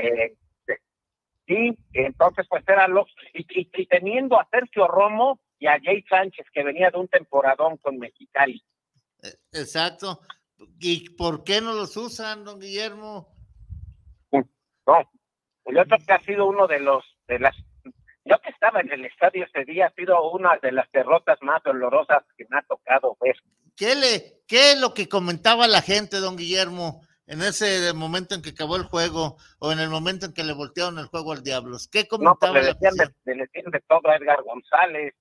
Sí, entonces pues era y teniendo a Sergio Romo y a Jay Sánchez que venía de un temporadón con Mexicali. Exacto. ¿Y por qué no los usan, don Guillermo? No, el otro que ha sido uno de las yo que estaba en el estadio ese día, ha sido una de las derrotas más dolorosas que me ha tocado ver. ¿Qué es lo que comentaba la gente, don Guillermo, en ese momento en que acabó el juego o en el momento en que le voltearon el juego al Diablos? ¿Qué comentaba le decían de todo a Edgar González.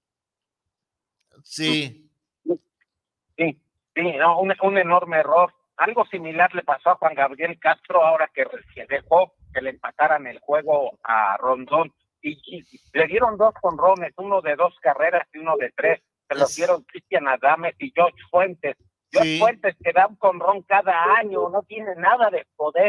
Sí. Sí, no, un enorme error. Algo similar le pasó a Juan Gabriel Castro ahora que dejó que le empataran el juego a Rondón. Y le dieron 2 jonrones, uno de 2 carreras y uno de 3. Se los dieron Cristian Adames y George Fuentes. George Fuentes que da un jonrón cada año, no tiene nada de poder.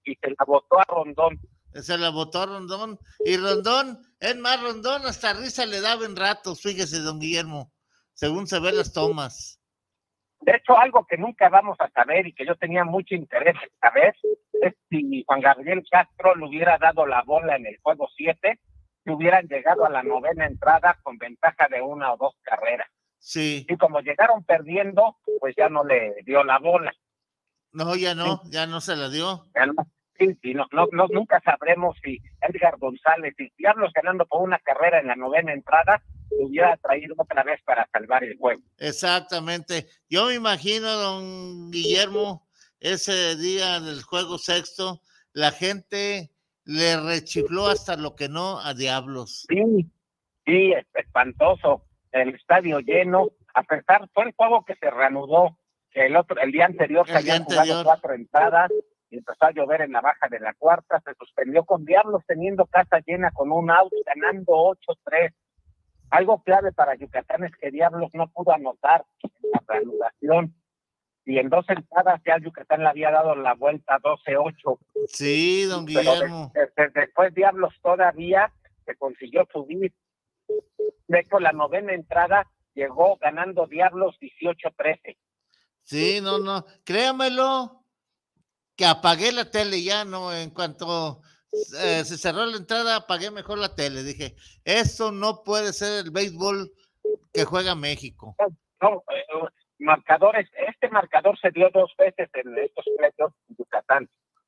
y se la botó a Rondón. Se la botó a Rondón. Y Rondón, es más, Rondón hasta risa le daba en ratos, fíjese, don Guillermo, según se ve las tomas. De hecho, algo que nunca vamos a saber y que yo tenía mucho interés en saber es si Juan Gabriel Castro le hubiera dado la bola en el juego 7, si hubieran llegado a la 9ª entrada con ventaja de 1 o 2 carreras. Sí. Y como llegaron perdiendo, pues ya no le dio la bola. No, ya no, sí. Ya no se la dio. Sí, nunca sabremos si Edgar González y Diablos ganando por 1 carrera en la 9ª entrada hubiera traído otra vez para salvar el juego. Exactamente. Yo me imagino, don Guillermo, ese día del juego sexto, la gente le rechifló hasta lo que no a Diablos. Sí, espantoso. El estadio lleno, a pesar, fue el juego que se reanudó, el día anterior se habían jugado 4 entradas, y empezó a llover en la baja de la 4ª, se suspendió con Diablos teniendo casa llena con un out, ganando 8-3. Algo clave para Yucatán es que Diablos no pudo anotar en la reanudación, y en 2 entradas ya Yucatán le había dado la vuelta 12-8. Sí, don Guillermo. Después Diablos todavía se consiguió subir. De hecho, la 9ª entrada llegó ganando Diablos 18-13. Sí, no, créamelo, que apagué la tele ya, ¿no? En cuanto se cerró la entrada, apagué mejor la tele. Dije, eso no puede ser el béisbol que juega México. No, marcadores, este marcador se dio 2 veces en estos playoffs en Yucatán.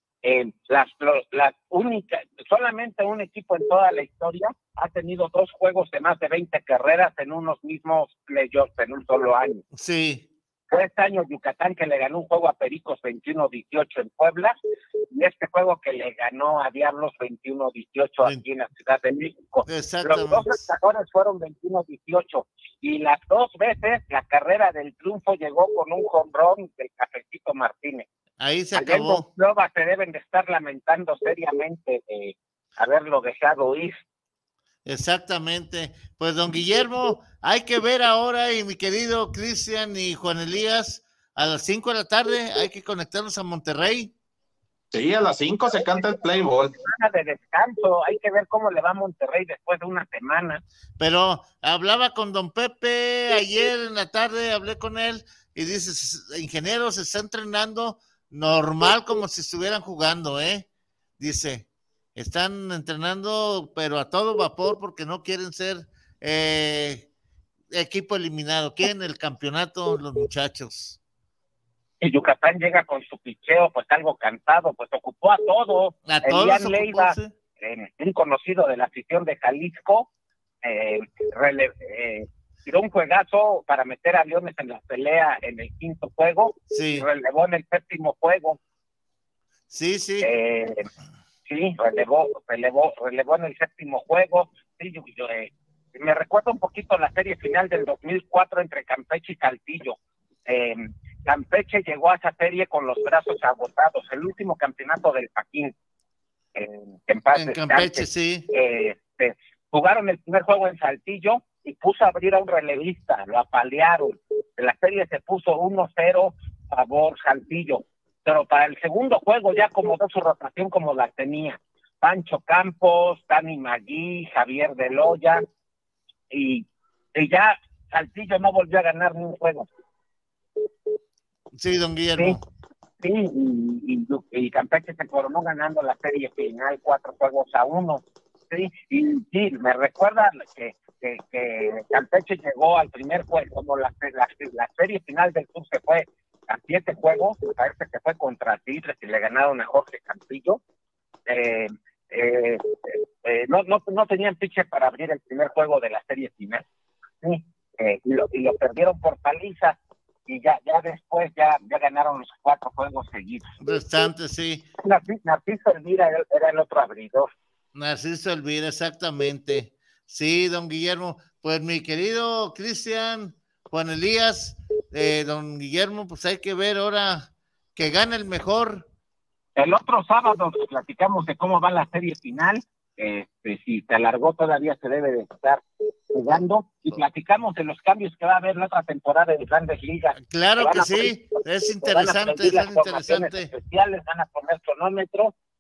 Solamente un equipo en toda la historia ha tenido 2 juegos de más de 20 carreras en unos mismos playoffs en un solo año. Sí. Fue este año Yucatán que le ganó un juego a Pericos 21-18 en Puebla, y este juego que le ganó a Diablos 21-18 aquí en la Ciudad de México. Los 2 marcadores fueron 21-18, y las 2 veces la carrera del triunfo llegó con un jonrón del Cafecito Martínez. Ahí se acabó. Los se deben de estar lamentando seriamente de haberlo dejado ir. Exactamente. Pues, don Guillermo, hay que ver ahora, y mi querido Cristian y Juan Elías, a las 5 de la tarde hay que conectarnos a Monterrey. Sí, a las 5 se canta el play ball. Semana de descanso, hay que ver cómo le va a Monterrey después de una semana. Pero hablaba con don Pepe ayer en la tarde, hablé con él, y dice, ingeniero, se está entrenando normal como si estuvieran jugando, dice, están entrenando pero a todo vapor porque no quieren ser equipo eliminado, quieren el campeonato los muchachos. Y Yucatán llega con su picheo pues algo cansado, pues ocupó a todos. Elian Leiva, un conocido de la afición de Jalisco, tiró un juegazo para meter a Leones en la pelea en el 5º juego, y relevó en el 7º juego. Sí. Sí, relevó en el 7º juego. Sí, me recuerda un poquito la serie final del 2004 entre Campeche y Saltillo. Campeche llegó a esa serie con los brazos agotados, el último campeonato del Paquín. En Campeche, sí. Jugaron el primer juego en Saltillo y puso a abrir a un relevista, lo apalearon. La serie se puso 1-0 favor Saltillo, pero para el segundo juego ya acomodó su rotación como la tenía. Pancho Campos, Dani Magui, Javier de Loya, y ya Saltillo no volvió a ganar ni un juego. Sí, don Guillermo. Sí, y Campeche se coronó ganando la serie final 4-1. Sí, y me recuerda que Campeche llegó al primer juego, como la serie final del Sur se fue a 7 juegos, parece que fue contra Tigres y le ganaron a Jorge Campillo. No tenían pitcher para abrir el primer juego de la serie final. Sí, y lo perdieron por paliza, y ya después ya ganaron los 4 juegos seguidos. Restantes, sí. Narciso Elvira era el otro abridor. Narciso Elvira, exactamente. Sí, don Guillermo. Pues mi querido Cristian, Juan Elías, don Guillermo, pues hay que ver ahora que gane el mejor. El otro sábado platicamos de cómo va la serie final. Si se alargó todavía se debe de estar jugando, y platicamos de los cambios que va a haber en otra temporada de Grandes Ligas. Claro que sí, es interesante, es interesante. Especiales, van a poner cronómetros,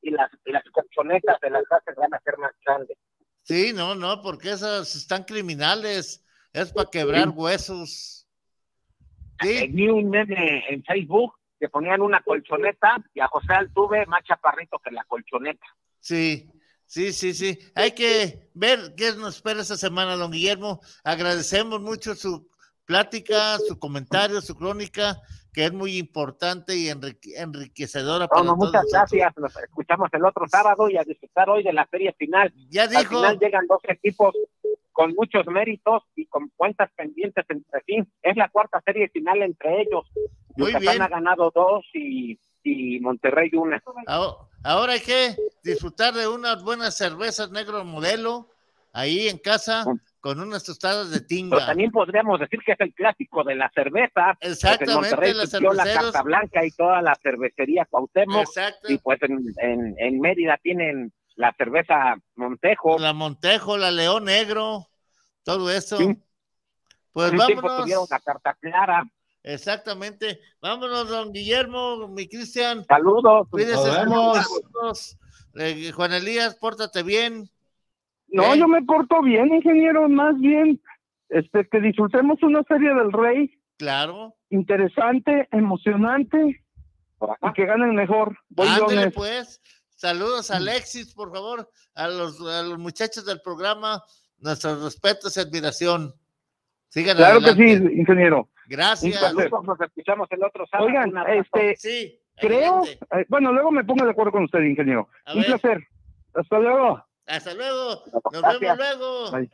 y las colchonetas de las bases van a ser más grandes. Sí, no, porque esas están criminales, es para quebrar huesos. Sí. Vi un meme en Facebook que ponían una colchoneta y a José Altuve más chaparrito que la colchoneta. Sí. Hay que ver qué nos espera esta semana, don Guillermo. Agradecemos mucho su plática, su comentario, su crónica, que es muy importante y enriquecedora para todos muchas nosotros. Gracias, nos escuchamos el otro sábado y a disfrutar hoy de la serie final. Ya dijo. Al final llegan 2 equipos con muchos méritos y con cuentas pendientes entre sí. Es la 4ª serie final entre ellos. Muy Yucatán bien. ha ganado 2 y Monterrey 1. Ahora hay que disfrutar de unas buenas cervezas Negro Modelo ahí en casa con unas tostadas de tinga. Pero también podríamos decir que es el clásico de la cerveza. Exactamente, pues las la cerveceros. Carta Blanca y toda la cervecería Cuauhtémoc. Exacto. Y pues en Mérida tienen la cerveza Montejo. La Montejo, la León Negro, todo eso. Sí. Pues Un tiempo vámonos. tuvieron la Carta Clara. Exactamente. Vámonos, don Guillermo, mi Cristian. Saludos. Cuídese. Nos vemos. Saludos. Juan Elías, pórtate bien. No, yo me porto bien, ingeniero, más bien que disfrutemos una serie del Rey Claro. interesante, emocionante y que ganen mejor. Voy Ándele, Leones. pues. Saludos a Alexis, por favor, a los muchachos del programa, nuestros respetos y admiración. Sigan Claro adelante. que sí, ingeniero. Gracias. Saludos, nos escuchamos el otro sábado. Oigan, Un abrazo. Sí, creo, adelante. bueno, luego me pongo de acuerdo con usted, ingeniero. A Un ver. placer. Hasta luego. Hasta luego. Nos Gracias. vemos luego. Bye.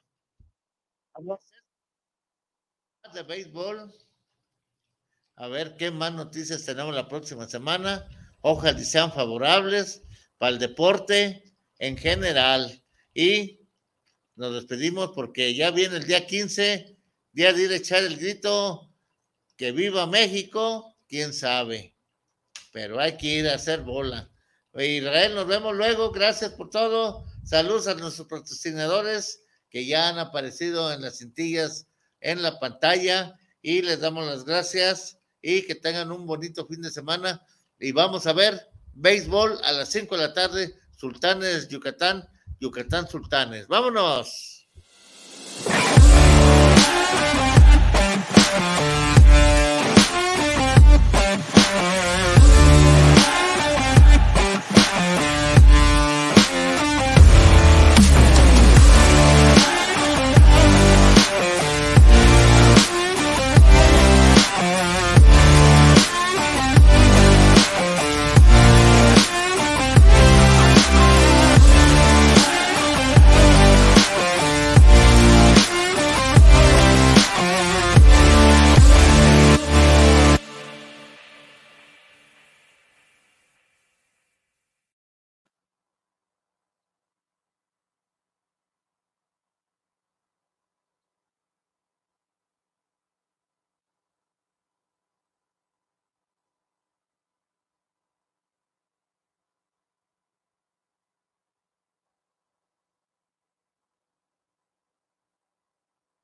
De béisbol. A ver qué más noticias tenemos la próxima semana. Ojalá y sean favorables para el deporte en general. Y nos despedimos porque ya viene el día 15, día de ir a echar el grito, que viva México, quién sabe. Pero hay que ir a hacer bola. Israel, nos vemos luego. Gracias por todo. Saludos a nuestros patrocinadores que ya han aparecido en las cintillas en la pantalla y les damos las gracias y que tengan un bonito fin de semana y vamos a ver béisbol a las 5 de la tarde, Sultanes Yucatán, Yucatán Sultanes. ¡Vámonos!